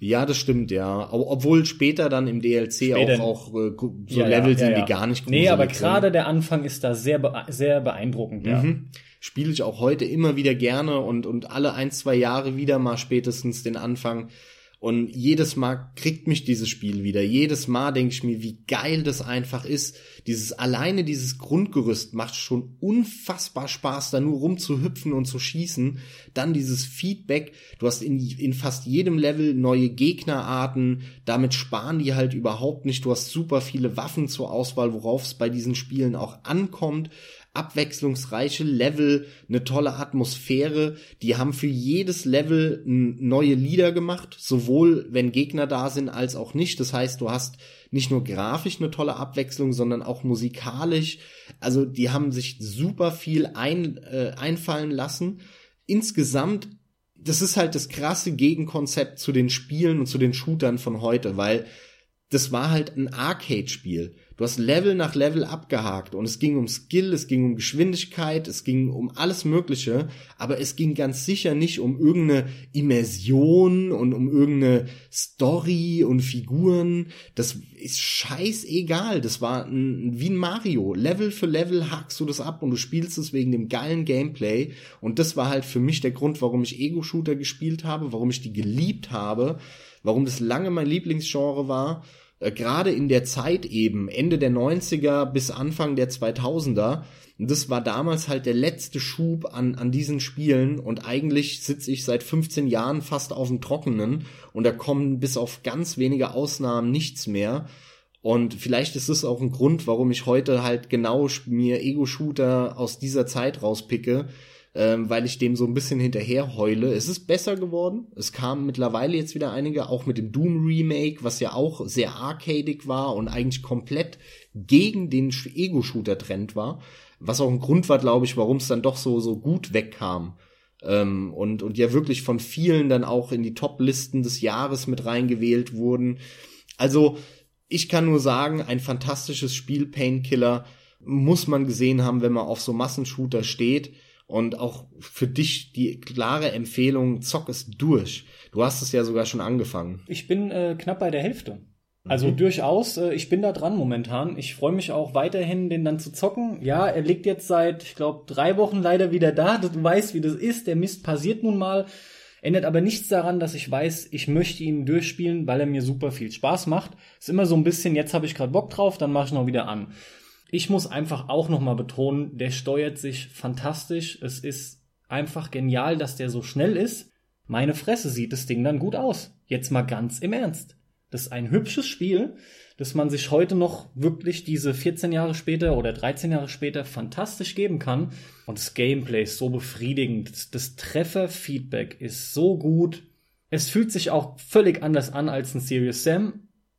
Ja, das stimmt, ja. Obwohl später dann im D L C später auch, auch äh, so ja, Level ja, sind, ja, ja. die gar nicht Nee, aber sind. gerade der Anfang ist da sehr be- sehr beeindruckend, ja. Mhm. Spiele ich auch heute immer wieder gerne und, und alle ein, zwei Jahre wieder mal spätestens den Anfang. Und jedes Mal kriegt mich dieses Spiel wieder. Jedes Mal denke ich mir, wie geil das einfach ist. Dieses alleine dieses Grundgerüst macht schon unfassbar Spaß, da nur rumzuhüpfen und zu schießen. Dann dieses Feedback. Du hast in, in fast jedem Level neue Gegnerarten. Damit sparen die halt überhaupt nicht. Du hast super viele Waffen zur Auswahl, worauf es bei diesen Spielen auch ankommt. Abwechslungsreiche Level, eine tolle Atmosphäre. Die haben für jedes Level neue Lieder gemacht, sowohl wenn Gegner da sind als auch nicht. Das heißt, du hast nicht nur grafisch eine tolle Abwechslung, sondern auch musikalisch. Also die haben sich super viel ein, äh, einfallen lassen. Insgesamt, das ist halt das krasse Gegenkonzept zu den Spielen und zu den Shootern von heute, weil das war halt ein Arcade-Spiel. Du hast Level nach Level abgehakt und es ging um Skill, es ging um Geschwindigkeit, es ging um alles Mögliche, aber es ging ganz sicher nicht um irgendeine Immersion und um irgendeine Story und Figuren. Das ist scheißegal. Das war ein, wie ein Mario. Level für Level hakst du das ab und du spielst es wegen dem geilen Gameplay. Und das war halt für mich der Grund, warum ich Ego-Shooter gespielt habe, warum ich die geliebt habe, warum das lange mein Lieblingsgenre war. Gerade in der Zeit eben, Ende der neunziger bis Anfang der zweitausender, das war damals halt der letzte Schub an an diesen Spielen und eigentlich sitze ich seit fünfzehn Jahren fast auf dem Trockenen und da kommen bis auf ganz wenige Ausnahmen nichts mehr und vielleicht ist das auch ein Grund, warum ich heute halt genau mir Ego-Shooter aus dieser Zeit rauspicke, Ähm, weil ich dem so ein bisschen hinterher heule. Es ist besser geworden. Es kamen mittlerweile jetzt wieder einige, auch mit dem Doom Remake, was ja auch sehr arcadig war und eigentlich komplett gegen den Ego-Shooter-Trend war. Was auch ein Grund war, glaube ich, warum es dann doch so so gut wegkam. Ähm, und, und ja wirklich von vielen dann auch in die Top-Listen des Jahres mit reingewählt wurden. Also, ich kann nur sagen, ein fantastisches Spiel, Painkiller, muss man gesehen haben, wenn man auf so Massenshooter steht. Und auch für dich die klare Empfehlung, zock es durch. Du hast es ja sogar schon angefangen. Ich bin äh, knapp bei der Hälfte. Also mhm. durchaus, äh, ich bin da dran momentan. Ich freue mich auch weiterhin, den dann zu zocken. Ja, er liegt jetzt seit, ich glaube, drei Wochen leider wieder da. Du weißt, wie das ist. Der Mist passiert nun mal. Ändert aber nichts daran, dass ich weiß, ich möchte ihn durchspielen, weil er mir super viel Spaß macht. Ist immer so ein bisschen, jetzt habe ich gerade Bock drauf, dann mache ich noch wieder an. Ich muss einfach auch nochmal betonen, der steuert sich fantastisch. Es ist einfach genial, dass der so schnell ist. Meine Fresse, sieht das Ding dann gut aus. Jetzt mal ganz im Ernst. Das ist ein hübsches Spiel, das man sich heute noch wirklich diese vierzehn Jahre später oder dreizehn Jahre später fantastisch geben kann. Und das Gameplay ist so befriedigend. Das Trefferfeedback ist so gut. Es fühlt sich auch völlig anders an als ein Serious Sam.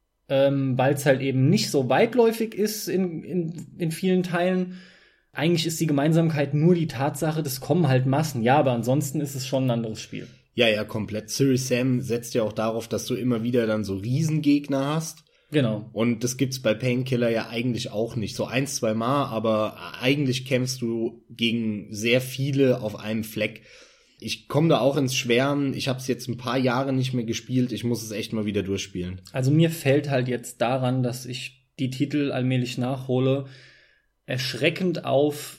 Ähm, weil es halt eben nicht so weitläufig ist in, in, in vielen Teilen. Eigentlich ist die Gemeinsamkeit nur die Tatsache, das kommen halt Massen. Ja, aber ansonsten ist es schon ein anderes Spiel. Ja, ja, komplett. Serious Sam setzt ja auch darauf, dass du immer wieder dann so Riesengegner hast. Genau. Und das gibt's bei Painkiller ja eigentlich auch nicht. So eins, zwei Mal, aber eigentlich kämpfst du gegen sehr viele auf einem Fleck. Ich komme da auch ins Schwärmen. Ich habe es jetzt ein paar Jahre nicht mehr gespielt. Ich muss es echt mal wieder durchspielen. Also mir fällt halt jetzt daran, dass ich die Titel allmählich nachhole, erschreckend auf,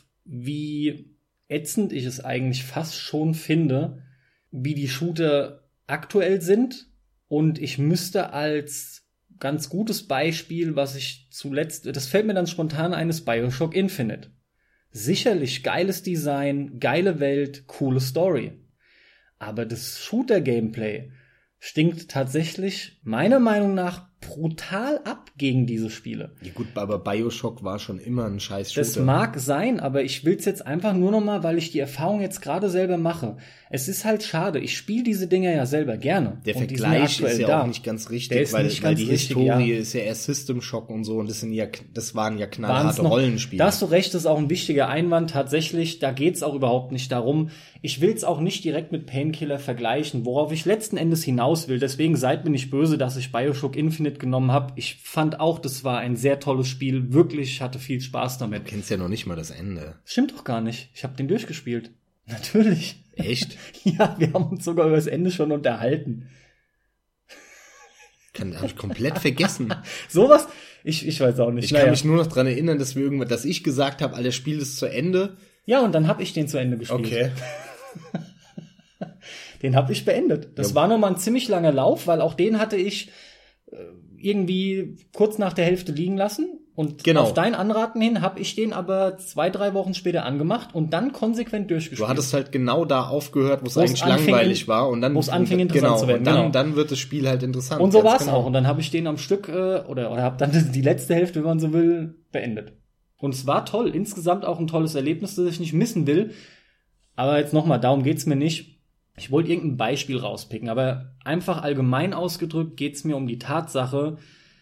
wie ätzend ich es eigentlich fast schon finde, wie die Shooter aktuell sind. Und ich müsste als ganz gutes Beispiel, was ich zuletzt, das fällt mir dann spontan ein, ist BioShock Infinite. Sicherlich geiles Design, geile Welt, coole Story. Aber das Shooter-Gameplay stinkt tatsächlich meiner Meinung nach brutal ab gegen diese Spiele. Ja gut, aber BioShock war schon immer ein scheiß Shooter. Das mag sein, aber ich will's jetzt einfach nur noch mal, weil ich die Erfahrung jetzt gerade selber mache. Es ist halt schade, ich spiele diese Dinger ja selber gerne. Der Vergleich ist ja da. auch nicht ganz richtig, ist weil, nicht weil ganz die richtig, Historie ja. ist ja eher System Shock und so und das sind ja, das waren ja knallharte noch, Rollenspiele. Da hast du recht, das ist auch ein wichtiger Einwand. Tatsächlich, da geht's auch überhaupt nicht darum. Ich will's auch nicht direkt mit Painkiller vergleichen, worauf ich letzten Endes hinaus will. Deswegen seid mir nicht böse, dass ich BioShock Infinite genommen habe. Ich fand auch, das war ein sehr tolles Spiel. Wirklich, hatte viel Spaß damit. Du kennst ja noch nicht mal das Ende. Stimmt doch gar nicht. Ich habe den durchgespielt. Natürlich. Echt? Ja, wir haben uns sogar über das Ende schon unterhalten. Kann, habe ich komplett vergessen. Sowas, ich, ich weiß auch nicht. Ich naja. kann mich nur noch dran erinnern, dass wir irgendwann, dass ich gesagt habe, Alter, Spiel ist zu Ende. Ja, und dann habe ich den zu Ende gespielt. Okay. Den habe ich beendet. Das ja. war nochmal ein ziemlich langer Lauf, weil auch den hatte ich äh, irgendwie kurz nach der Hälfte liegen lassen. Und genau. auf dein Anraten hin habe ich den aber zwei, drei Wochen später angemacht und dann konsequent durchgespielt. Du hattest halt genau da aufgehört, wo es eigentlich langweilig in, war. Und dann, wo es anfing interessant genau, zu werden. Und dann, genau. dann wird das Spiel halt interessant. Und so war es genau. auch. Und dann habe ich den am Stück, äh, oder, oder habe dann die letzte Hälfte, wenn man so will, beendet. Und es war toll. Insgesamt auch ein tolles Erlebnis, das ich nicht missen will. Aber jetzt nochmal, darum geht's mir nicht. Ich wollte irgendein Beispiel rauspicken, aber einfach allgemein ausgedrückt geht's mir um die Tatsache,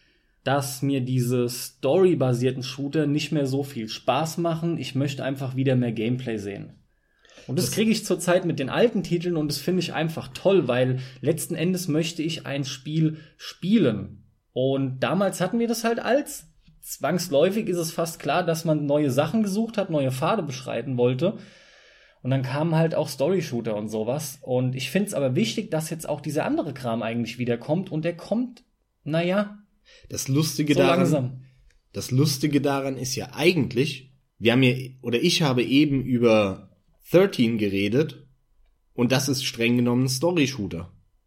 dass mir diese storybasierten Shooter nicht mehr so viel Spaß machen. Ich möchte einfach wieder mehr Gameplay sehen. Und das, das kriege ich zurzeit mit den alten Titeln und das finde ich einfach toll, weil letzten Endes möchte ich ein Spiel spielen. Und damals hatten wir das halt als. Zwangsläufig ist es fast klar, dass man neue Sachen gesucht hat, neue Pfade beschreiten wollte. Und dann kamen halt auch Story-Shooter und sowas. Und ich finde es aber wichtig, dass jetzt auch dieser andere Kram eigentlich wiederkommt. Und der kommt, naja, Das Lustige so daran, langsam. Das Lustige daran ist ja eigentlich, wir haben ja, oder ich habe eben über dreizehn geredet und das ist streng genommen ein Story-Shooter.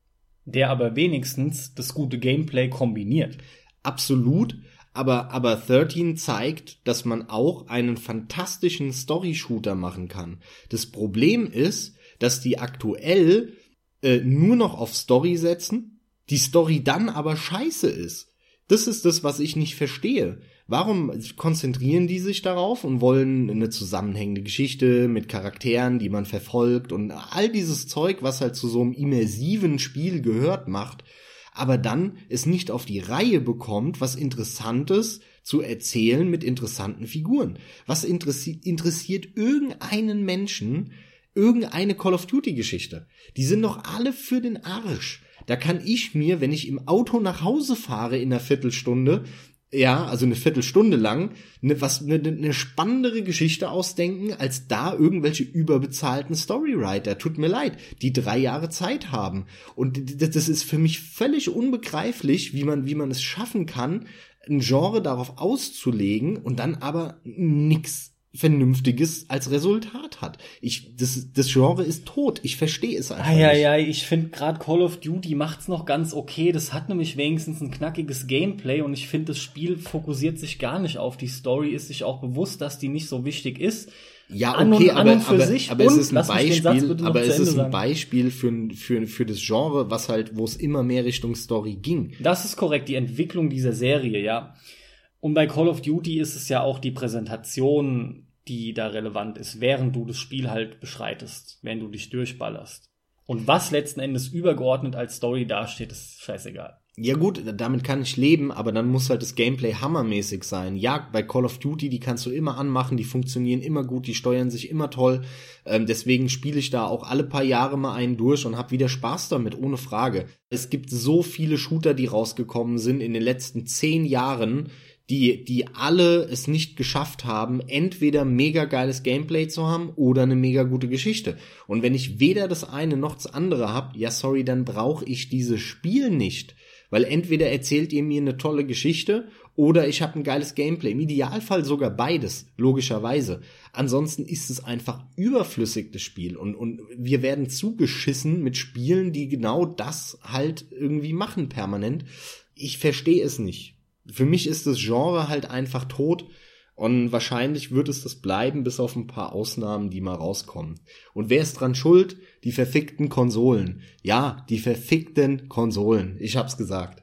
Der aber wenigstens das gute Gameplay kombiniert. Absolut, aber, aber dreizehn zeigt, dass man auch einen fantastischen Story-Shooter machen kann. Das Problem ist, dass die aktuell äh, nur noch auf Story setzen, die Story dann aber scheiße ist. Das ist das, was ich nicht verstehe. Warum konzentrieren die sich darauf und wollen eine zusammenhängende Geschichte mit Charakteren, die man verfolgt und all dieses Zeug, was halt zu so einem immersiven Spiel gehört, macht, aber dann es nicht auf die Reihe bekommt, was Interessantes zu erzählen mit interessanten Figuren. Was interessi- interessiert irgendeinen Menschen irgendeine Call of Duty Geschichte? Die sind doch alle für den Arsch. Da kann ich mir, wenn ich im Auto nach Hause fahre in einer Viertelstunde, ja, also eine Viertelstunde lang, eine, was, eine, eine spannendere Geschichte ausdenken, als da irgendwelche überbezahlten Storywriter. Tut mir leid, die drei Jahre Zeit haben. Und das ist für mich völlig unbegreiflich, wie man, wie man es schaffen kann, ein Genre darauf auszulegen und dann aber nix Vernünftiges als Resultat hat. Ich, das, das Genre ist tot. Ich verstehe es einfach ah, ja, nicht. Ja, ich finde gerade Call of Duty macht's noch ganz okay. Das hat nämlich wenigstens ein knackiges Gameplay und ich finde, das Spiel fokussiert sich gar nicht auf die Story, ist sich auch bewusst, dass die nicht so wichtig ist. Ja, an okay, und, aber, an und für aber, sich. aber und, es ist ein Beispiel, aber es ist ein Beispiel für, für, für das Genre, was halt, wo es immer mehr Richtung Story ging. Das ist korrekt, die Entwicklung dieser Serie, ja. Und bei Call of Duty ist es ja auch die Präsentation, die da relevant ist, während du das Spiel halt beschreitest, während du dich durchballerst. Und was letzten Endes übergeordnet als Story dasteht, ist scheißegal. Ja gut, damit kann ich leben, aber dann muss halt das Gameplay hammermäßig sein. Ja, bei Call of Duty, die kannst du immer anmachen, die funktionieren immer gut, die steuern sich immer toll. Ähm, deswegen spiele ich da auch alle paar Jahre mal einen durch und hab wieder Spaß damit, ohne Frage. Es gibt so viele Shooter, die rausgekommen sind in den letzten zehn Jahren, die die alle es nicht geschafft haben, entweder mega geiles Gameplay zu haben oder eine mega gute Geschichte. Und wenn ich weder das eine noch das andere habe, ja sorry, dann brauche ich dieses Spiel nicht. Weil entweder erzählt ihr mir eine tolle Geschichte oder ich habe ein geiles Gameplay. Im Idealfall sogar beides, logischerweise. Ansonsten ist es einfach überflüssig, das Spiel. Und, und wir werden zugeschissen mit Spielen, die genau das halt irgendwie machen permanent. Ich verstehe es nicht. Für mich ist das Genre halt einfach tot und wahrscheinlich wird es das bleiben, bis auf ein paar Ausnahmen, die mal rauskommen. Und wer ist dran schuld? Die verfickten Konsolen. Ja, die verfickten Konsolen. Ich hab's gesagt.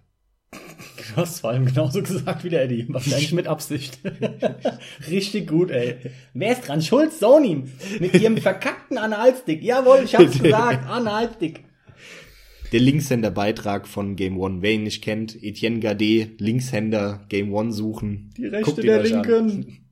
Du hast vor allem genauso gesagt wie der Eddie. Wahrscheinlich mit Absicht. Richtig gut, ey. Wer ist dran schuld? Sony. Mit ihrem verkackten Analstick. Jawohl, ich hab's gesagt. Analstick. Der Linkshänder-Beitrag von Game One. Wer ihn nicht kennt, Etienne Gardet, Linkshänder, Game One suchen. Die Rechte der Linken.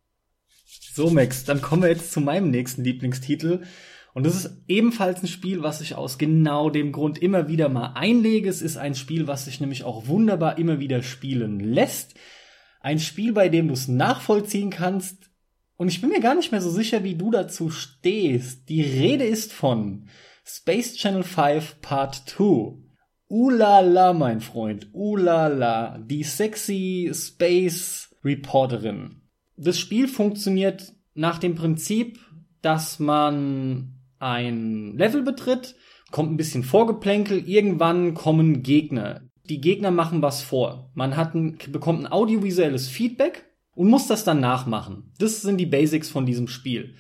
So, Max, dann kommen wir jetzt zu meinem nächsten Lieblingstitel. Und das ist ebenfalls ein Spiel, was ich aus genau dem Grund immer wieder mal einlege. Es ist ein Spiel, was sich nämlich auch wunderbar immer wieder spielen lässt. Ein Spiel, bei dem du es nachvollziehen kannst. Und ich bin mir gar nicht mehr so sicher, wie du dazu stehst. Die Rede ist von Space Channel fünf Part zwei. Ulala, mein Freund, ulala, die sexy Space Reporterin. Das Spiel funktioniert nach dem Prinzip, dass man ein Level betritt, kommt ein bisschen Vorgeplänkel, irgendwann kommen Gegner. Die Gegner machen was vor. Man hat ein, bekommt ein audiovisuelles Feedback und muss das dann nachmachen. Das sind die Basics von diesem Spiel.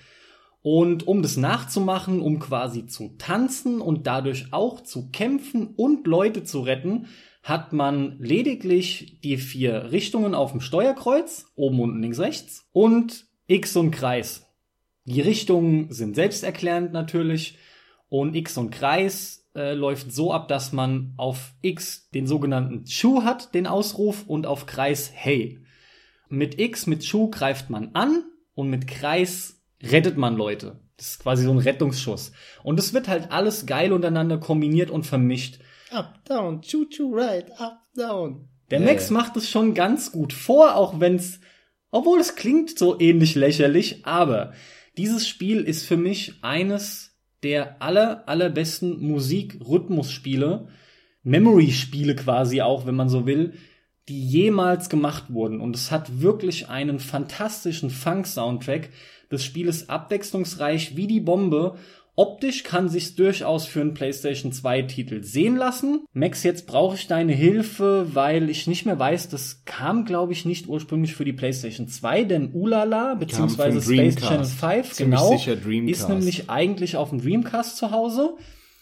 Und um das nachzumachen, um quasi zu tanzen und dadurch auch zu kämpfen und Leute zu retten, hat man lediglich die vier Richtungen auf dem Steuerkreuz, oben, unten, links, rechts, und X und Kreis. Die Richtungen sind selbsterklärend natürlich, und X und Kreis äh, läuft so ab, dass man auf X den sogenannten Chu hat, den Ausruf, und auf Kreis Hey. Mit X, mit Chu greift man an und mit Kreis rettet man Leute. Das ist quasi so ein Rettungsschuss. Und es wird halt alles geil untereinander kombiniert und vermischt. Up, down, choo, choo, right, up, down. Der Max äh. macht es schon ganz gut vor, auch wenn's, obwohl es klingt so ähnlich lächerlich, aber dieses Spiel ist für mich eines der aller, allerbesten Musik-Rhythmus-Spiele, Memory-Spiele quasi auch, wenn man so will, die jemals gemacht wurden. Und es hat wirklich einen fantastischen Funk-Soundtrack. Das Spiel ist abwechslungsreich wie die Bombe. Optisch kann sich's durchaus für einen PlayStation zwei Titel sehen lassen. Max, jetzt brauche ich deine Hilfe, weil ich nicht mehr weiß, das kam, glaube ich, nicht ursprünglich für die PlayStation zwei, denn Ulala, beziehungsweise Space Channel fünf, genau, ist nämlich eigentlich auf dem Dreamcast zu Hause.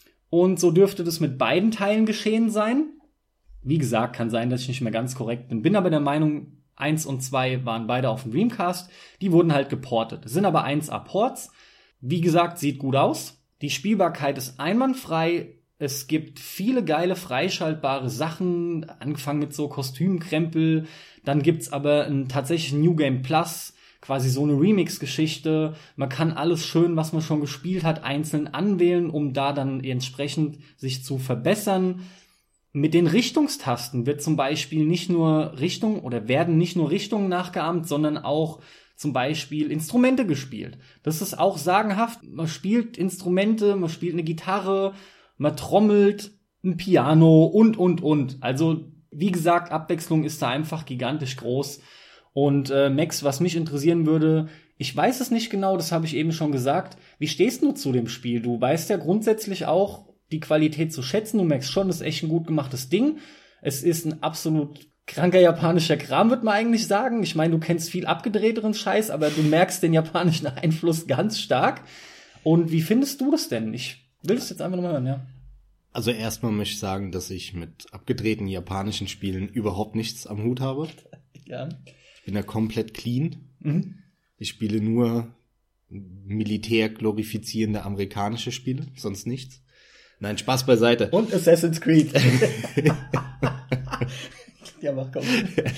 Und so dürfte das mit beiden Teilen geschehen sein. Wie gesagt, kann sein, dass ich nicht mehr ganz korrekt bin. Bin aber der Meinung, eins und zwei waren beide auf dem Dreamcast. Die wurden halt geportet. Es sind aber eins A Ports. Wie gesagt, sieht gut aus. Die Spielbarkeit ist einwandfrei. Es gibt viele geile freischaltbare Sachen, angefangen mit so Kostümkrempel. Dann gibt's aber ein tatsächlich New Game Plus, quasi so eine Remix-Geschichte. Man kann alles schön, was man schon gespielt hat, einzeln anwählen, um da dann entsprechend sich zu verbessern. Mit den Richtungstasten wird zum Beispiel nicht nur Richtung oder werden nicht nur Richtungen nachgeahmt, sondern auch zum Beispiel Instrumente gespielt. Das ist auch sagenhaft. Man spielt Instrumente, man spielt eine Gitarre, man trommelt, ein Piano und, und, und. Also, wie gesagt, Abwechslung ist da einfach gigantisch groß. Und äh, Max, was mich interessieren würde, ich weiß es nicht genau, das habe ich eben schon gesagt. Wie stehst du zu dem Spiel? Du weißt ja grundsätzlich auch die Qualität zu schätzen. Du merkst schon, das ist echt ein gut gemachtes Ding. Es ist ein absolut kranker japanischer Kram, würde man eigentlich sagen. Ich meine, du kennst viel abgedrehteren Scheiß, aber du merkst den japanischen Einfluss ganz stark. Und wie findest du das denn? Ich will das jetzt einfach nochmal hören, ja. Also erstmal möchte ich sagen, dass ich mit abgedrehten japanischen Spielen überhaupt nichts am Hut habe. Ja. Ich bin da komplett clean. Mhm. Ich spiele nur militärglorifizierende amerikanische Spiele, sonst nichts. Nein, Spaß beiseite. Und Assassin's Creed. Ja, mach komm.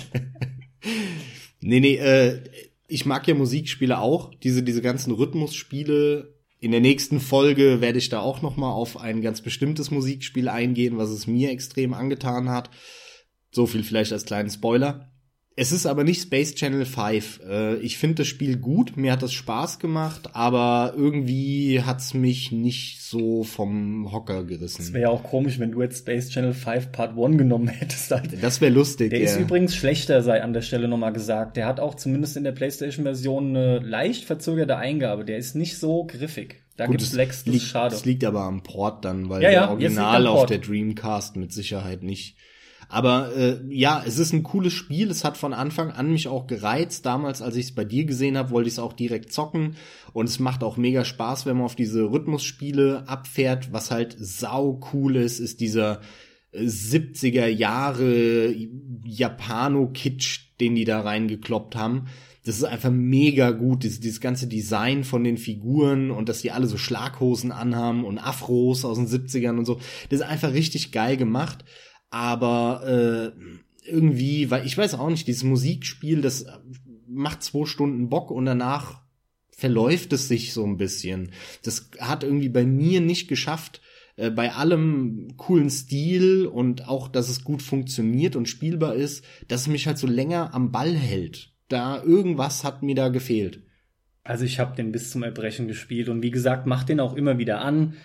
Nee, nee, äh, ich mag ja Musikspiele auch. Diese, diese ganzen Rhythmusspiele. In der nächsten Folge werde ich da auch noch mal auf ein ganz bestimmtes Musikspiel eingehen, was es mir extrem angetan hat. So viel vielleicht als kleinen Spoiler. Es ist aber nicht Space Channel fünf. Äh, ich finde das Spiel gut, mir hat das Spaß gemacht, aber irgendwie hat's mich nicht so vom Hocker gerissen. Es wäre ja auch komisch, wenn du jetzt Space Channel fünf Part eins genommen hättest. Halt. Das wäre lustig, Der ja. ist übrigens schlechter, sei an der Stelle nochmal gesagt. Der hat auch zumindest in der PlayStation-Version eine leicht verzögerte Eingabe. Der ist nicht so griffig. Da Gut, gibt's Lags, das ist schade. Das liegt aber am Port dann, weil ja, ja, der Original auf der Dreamcast mit Sicherheit nicht. Aber äh, ja, es ist ein cooles Spiel. Es hat von Anfang an mich auch gereizt. Damals, als ich es bei dir gesehen habe, wollte ich es auch direkt zocken. Und es macht auch mega Spaß, wenn man auf diese Rhythmusspiele abfährt. Was halt sau cool ist, ist dieser äh, siebziger Jahre Japano-Kitsch, den die da reingekloppt haben. Das ist einfach mega gut, dieses, dieses ganze Design von den Figuren und dass die alle so Schlaghosen anhaben und Afros aus den siebzigern und so. Das ist einfach richtig geil gemacht. Aber äh, irgendwie, weil ich weiß auch nicht, dieses Musikspiel, das macht zwei Stunden Bock und danach verläuft es sich so ein bisschen. Das hat irgendwie bei mir nicht geschafft, äh, bei allem coolen Stil und auch, dass es gut funktioniert und spielbar ist, dass es mich halt so länger am Ball hält. Da irgendwas hat mir da gefehlt. Also ich habe den bis zum Erbrechen gespielt und wie gesagt, mach den auch immer wieder an.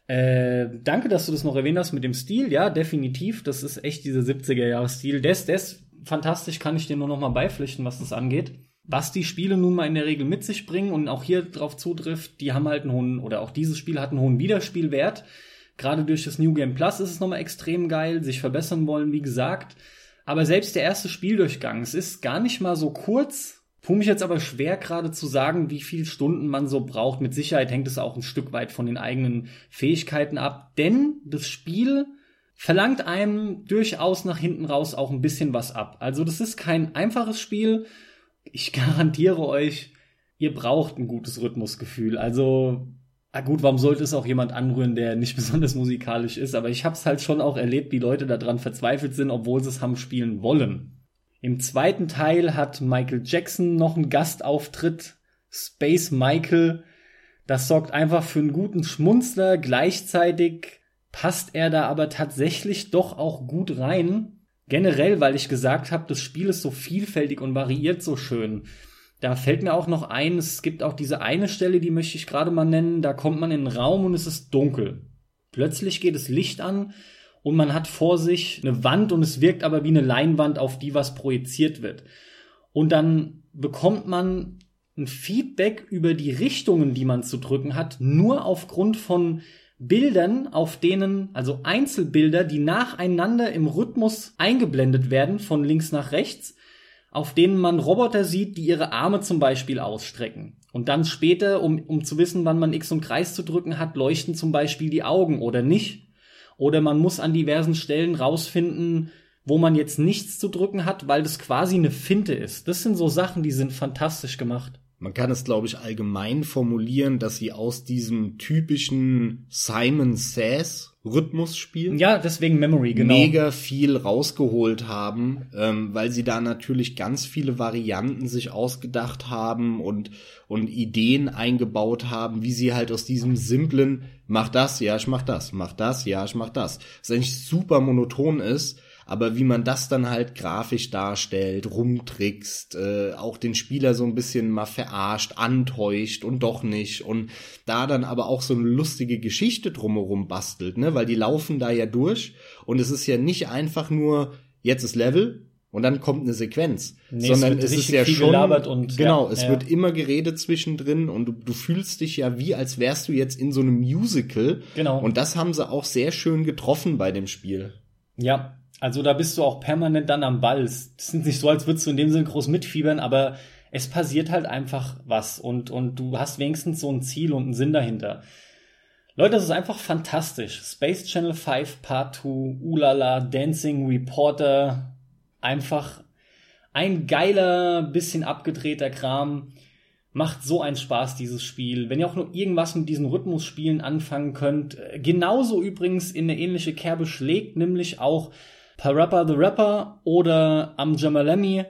Äh, danke, dass du das noch erwähnt hast mit dem Stil. Ja, definitiv. Das ist echt dieser siebziger-Jahre-Stil. Der ist, der ist fantastisch, kann ich dir nur noch mal beipflichten, was das angeht. Was die Spiele nun mal in der Regel mit sich bringen und auch hier drauf zutrifft, die haben halt einen hohen, oder auch dieses Spiel hat einen hohen Wiederspielwert. Gerade durch das New Game Plus ist es nochmal extrem geil, sich verbessern wollen, wie gesagt. Aber selbst der erste Spieldurchgang, es ist gar nicht mal so kurz. Tue mich jetzt aber schwer, gerade zu sagen, wie viele Stunden man so braucht. Mit Sicherheit hängt es auch ein Stück weit von den eigenen Fähigkeiten ab. Denn das Spiel verlangt einem durchaus nach hinten raus auch ein bisschen was ab. Also das ist kein einfaches Spiel. Ich garantiere euch, ihr braucht ein gutes Rhythmusgefühl. Also, na gut, warum sollte es auch jemand anrühren, der nicht besonders musikalisch ist? Aber ich habe es halt schon auch erlebt, wie Leute daran verzweifelt sind, obwohl sie es haben spielen wollen. Im zweiten Teil hat Michael Jackson noch einen Gastauftritt, Space Michael. Das sorgt einfach für einen guten Schmunzler. Gleichzeitig passt er da aber tatsächlich doch auch gut rein. Generell, weil ich gesagt habe, das Spiel ist so vielfältig und variiert so schön. Da fällt mir auch noch ein, es gibt auch diese eine Stelle, die möchte ich gerade mal nennen. Da kommt man in einen Raum und es ist dunkel. Plötzlich geht das Licht an. Und man hat vor sich eine Wand und es wirkt aber wie eine Leinwand, auf die was projiziert wird. Und dann bekommt man ein Feedback über die Richtungen, die man zu drücken hat, nur aufgrund von Bildern, auf denen, also Einzelbilder, die nacheinander im Rhythmus eingeblendet werden, von links nach rechts, auf denen man Roboter sieht, die ihre Arme zum Beispiel ausstrecken. Und dann später, um, um zu wissen, wann man X und Kreis zu drücken hat, leuchten zum Beispiel die Augen oder nicht. Oder man muss an diversen Stellen rausfinden, wo man jetzt nichts zu drücken hat, weil das quasi eine Finte ist. Das sind so Sachen, die sind fantastisch gemacht. Man kann es, glaube ich, allgemein formulieren, dass sie aus diesem typischen Simon Says Rhythmus spielen. Ja, deswegen Memory, genau. Mega viel rausgeholt haben, ähm, weil sie da natürlich ganz viele Varianten sich ausgedacht haben und und Ideen eingebaut haben, wie sie halt aus diesem simplen mach das, ja, ich mach das, mach das, ja, ich mach das, das eigentlich super monoton ist, aber wie man das dann halt grafisch darstellt, rumtrickst, äh, auch den Spieler so ein bisschen mal verarscht, antäuscht und doch nicht und da dann aber auch so eine lustige Geschichte drumherum bastelt, ne, weil die laufen da ja durch und es ist ja nicht einfach nur, jetzt ist Level und dann kommt eine Sequenz, nee, sondern es, es ist ja schon, und, genau, ja, es ja. wird immer geredet zwischendrin und du, du fühlst dich ja wie, als wärst du jetzt in so einem Musical. Genau. Und das haben sie auch sehr schön getroffen bei dem Spiel. Ja, also da bist du auch permanent dann am Ball. Es ist nicht so, als würdest du in dem Sinne groß mitfiebern, aber es passiert halt einfach was und, und du hast wenigstens so ein Ziel und einen Sinn dahinter. Leute, das ist einfach fantastisch. Space Channel fünf Part zwei, Ulala, Dancing Reporter, einfach ein geiler, bisschen abgedrehter Kram. Macht so einen Spaß, dieses Spiel. Wenn ihr auch nur irgendwas mit diesen Rhythmusspielen anfangen könnt, genauso übrigens in eine ähnliche Kerbe schlägt, nämlich auch Parappa the Rapper oder Am Jamalemi.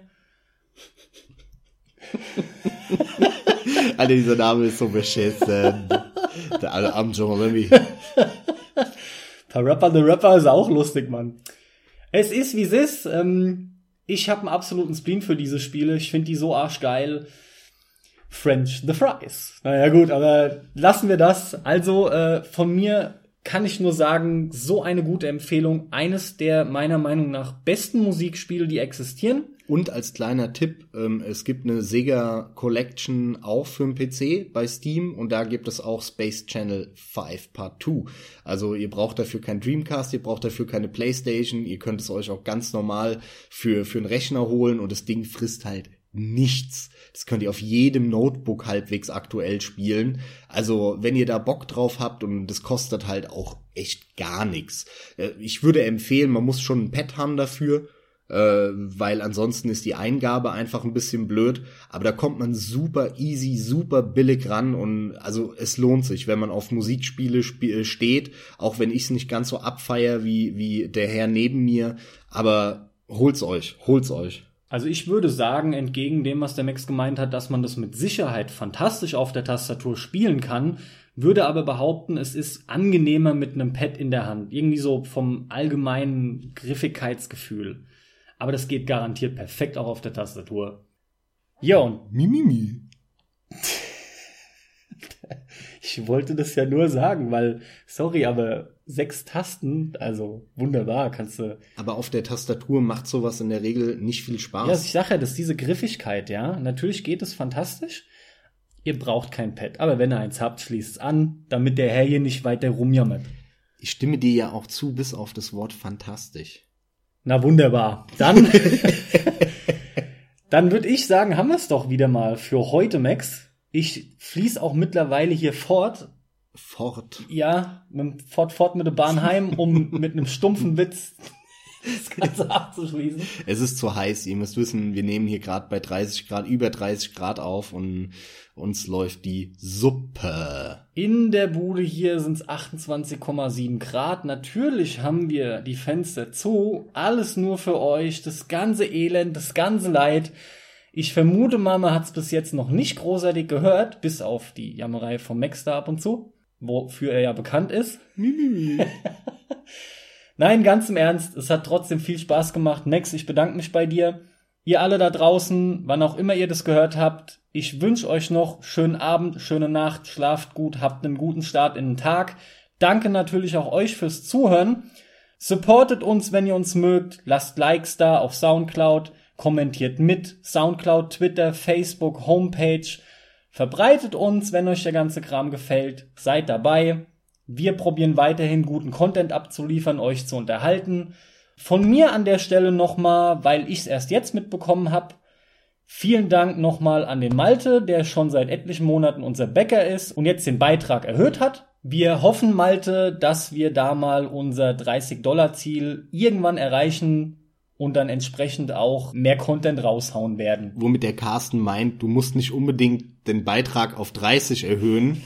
Alter, dieser Name ist so beschissen. Der alle Am Jamalemi. Parappa the Rapper ist auch lustig, Mann. Es ist, wie es ist. Ähm, ich habe einen absoluten Spleen für diese Spiele. Ich finde die so arschgeil. French the Fries. Naja gut, aber lassen wir das. Also äh, von mir kann ich nur sagen, so eine gute Empfehlung. Eines der meiner Meinung nach besten Musikspiele, die existieren. Und als kleiner Tipp, ähm, es gibt eine Sega Collection auch für den P C bei Steam und da gibt es auch Space Channel fünf Part zwei. Also ihr braucht dafür kein Dreamcast, ihr braucht dafür keine Playstation, ihr könnt es euch auch ganz normal für für einen Rechner holen und das Ding frisst halt nichts. Das könnt ihr auf jedem Notebook halbwegs aktuell spielen. Also wenn ihr da Bock drauf habt und das kostet halt auch echt gar nichts. Ich würde empfehlen, man muss schon ein Pad haben dafür, weil ansonsten ist die Eingabe einfach ein bisschen blöd. Aber da kommt man super easy, super billig ran und also es lohnt sich, wenn man auf Musikspiele sp- steht, auch wenn ich es nicht ganz so abfeier wie, wie der Herr neben mir. Aber holt's euch, holt's euch. Also ich würde sagen, entgegen dem, was der Max gemeint hat, dass man das mit Sicherheit fantastisch auf der Tastatur spielen kann, würde aber behaupten, es ist angenehmer mit einem Pad in der Hand. Irgendwie so vom allgemeinen Griffigkeitsgefühl. Aber das geht garantiert perfekt auch auf der Tastatur. Ja, und Mimimi. Ich wollte das ja nur sagen, weil, sorry, aber sechs Tasten, also wunderbar, kannst du. Aber auf der Tastatur macht sowas in der Regel nicht viel Spaß. Ja, ich sage ja, das ist diese Griffigkeit, ja. Natürlich geht es fantastisch. Ihr braucht kein Pad, aber wenn ihr eins habt, schließt es an, damit der Herr hier nicht weiter rumjammert. Ich stimme dir ja auch zu, bis auf das Wort fantastisch. Na wunderbar. Dann, dann würde ich sagen, haben wir es doch wieder mal für heute, Max. Ich fließe auch mittlerweile hier fort. Fort? Ja, mit, fort, fort mit der Bahn heim, um mit einem stumpfen Witz das Ganze abzuschließen. Es ist zu heiß, ihr müsst wissen, wir nehmen hier gerade bei dreißig Grad, über dreißig Grad auf und uns läuft die Suppe. In der Bude hier sind es achtundzwanzig Komma sieben Grad. Natürlich haben wir die Fenster zu. Alles nur für euch. Das ganze Elend, das ganze Leid. Ich vermute mal, man hat es bis jetzt noch nicht großartig gehört, bis auf die Jammerei vom Max da ab und zu, wofür er ja bekannt ist. Nein, ganz im Ernst, es hat trotzdem viel Spaß gemacht. Max, ich bedanke mich bei dir. Ihr alle da draußen, wann auch immer ihr das gehört habt, ich wünsche euch noch schönen Abend, schöne Nacht, schlaft gut, habt einen guten Start in den Tag. Danke natürlich auch euch fürs Zuhören. Supportet uns, wenn ihr uns mögt. Lasst Likes da auf Soundcloud, kommentiert mit. Soundcloud, Twitter, Facebook, Homepage. Verbreitet uns, wenn euch der ganze Kram gefällt. Seid dabei. Wir probieren weiterhin guten Content abzuliefern, euch zu unterhalten. Von mir an der Stelle nochmal, weil ich es erst jetzt mitbekommen habe, vielen Dank nochmal an den Malte, der schon seit etlichen Monaten unser Bäcker ist und jetzt den Beitrag erhöht hat. Wir hoffen, Malte, dass wir da mal unser dreißig-Dollar-Ziel irgendwann erreichen und dann entsprechend auch mehr Content raushauen werden. Womit der Carsten meint, du musst nicht unbedingt den Beitrag auf dreißig erhöhen.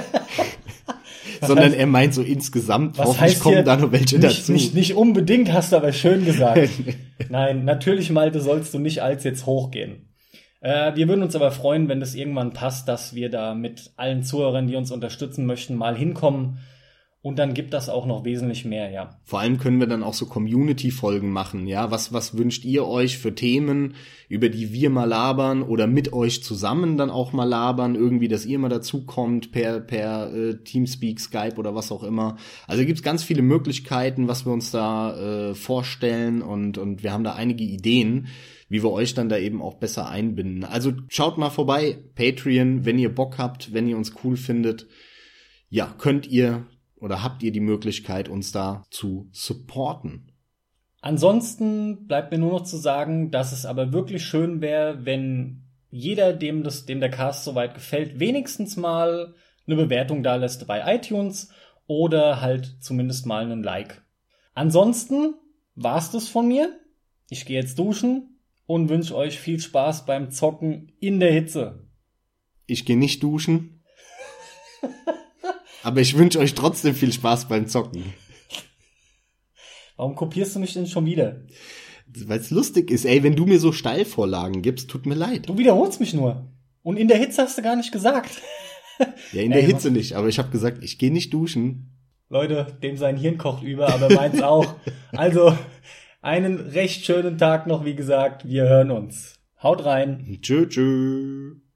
Sondern er meint so insgesamt, was hoffentlich kommen da noch welche nicht, dazu. Nicht, nicht unbedingt, hast du aber schön gesagt. Nein, natürlich, Malte, sollst du nicht als jetzt hochgehen. Äh, wir würden uns aber freuen, wenn das irgendwann passt, dass wir da mit allen Zuhörern, die uns unterstützen möchten, mal hinkommen. Und dann gibt das auch noch wesentlich mehr, ja. Vor allem können wir dann auch so Community-Folgen machen, ja. Was, was wünscht ihr euch für Themen, über die wir mal labern oder mit euch zusammen dann auch mal labern, irgendwie, dass ihr mal dazukommt per, per äh, Teamspeak, Skype oder was auch immer. Also gibt's ganz viele Möglichkeiten, was wir uns da äh, vorstellen und, und wir haben da einige Ideen, wie wir euch dann da eben auch besser einbinden. Also schaut mal vorbei, Patreon, wenn ihr Bock habt, wenn ihr uns cool findet, ja, könnt ihr oder habt ihr die Möglichkeit, uns da zu supporten? Ansonsten bleibt mir nur noch zu sagen, dass es aber wirklich schön wäre, wenn jeder, dem das, dem der Cast soweit gefällt, wenigstens mal eine Bewertung da lässt bei iTunes oder halt zumindest mal einen Like. Ansonsten war's das von mir. Ich gehe jetzt duschen und wünsche euch viel Spaß beim Zocken in der Hitze. Ich gehe nicht duschen. Aber ich wünsche euch trotzdem viel Spaß beim Zocken. Warum kopierst du mich denn schon wieder? Weil es lustig ist. Ey, wenn du mir so Steilvorlagen gibst, tut mir leid. Du wiederholst mich nur. Und in der Hitze hast du gar nicht gesagt. Ja, in der Ey, Hitze nicht. Aber ich habe gesagt, ich gehe nicht duschen. Leute, dem sein Hirn kocht über, aber meins auch. Also, einen recht schönen Tag noch, wie gesagt. Wir hören uns. Haut rein. Tschö, tschö.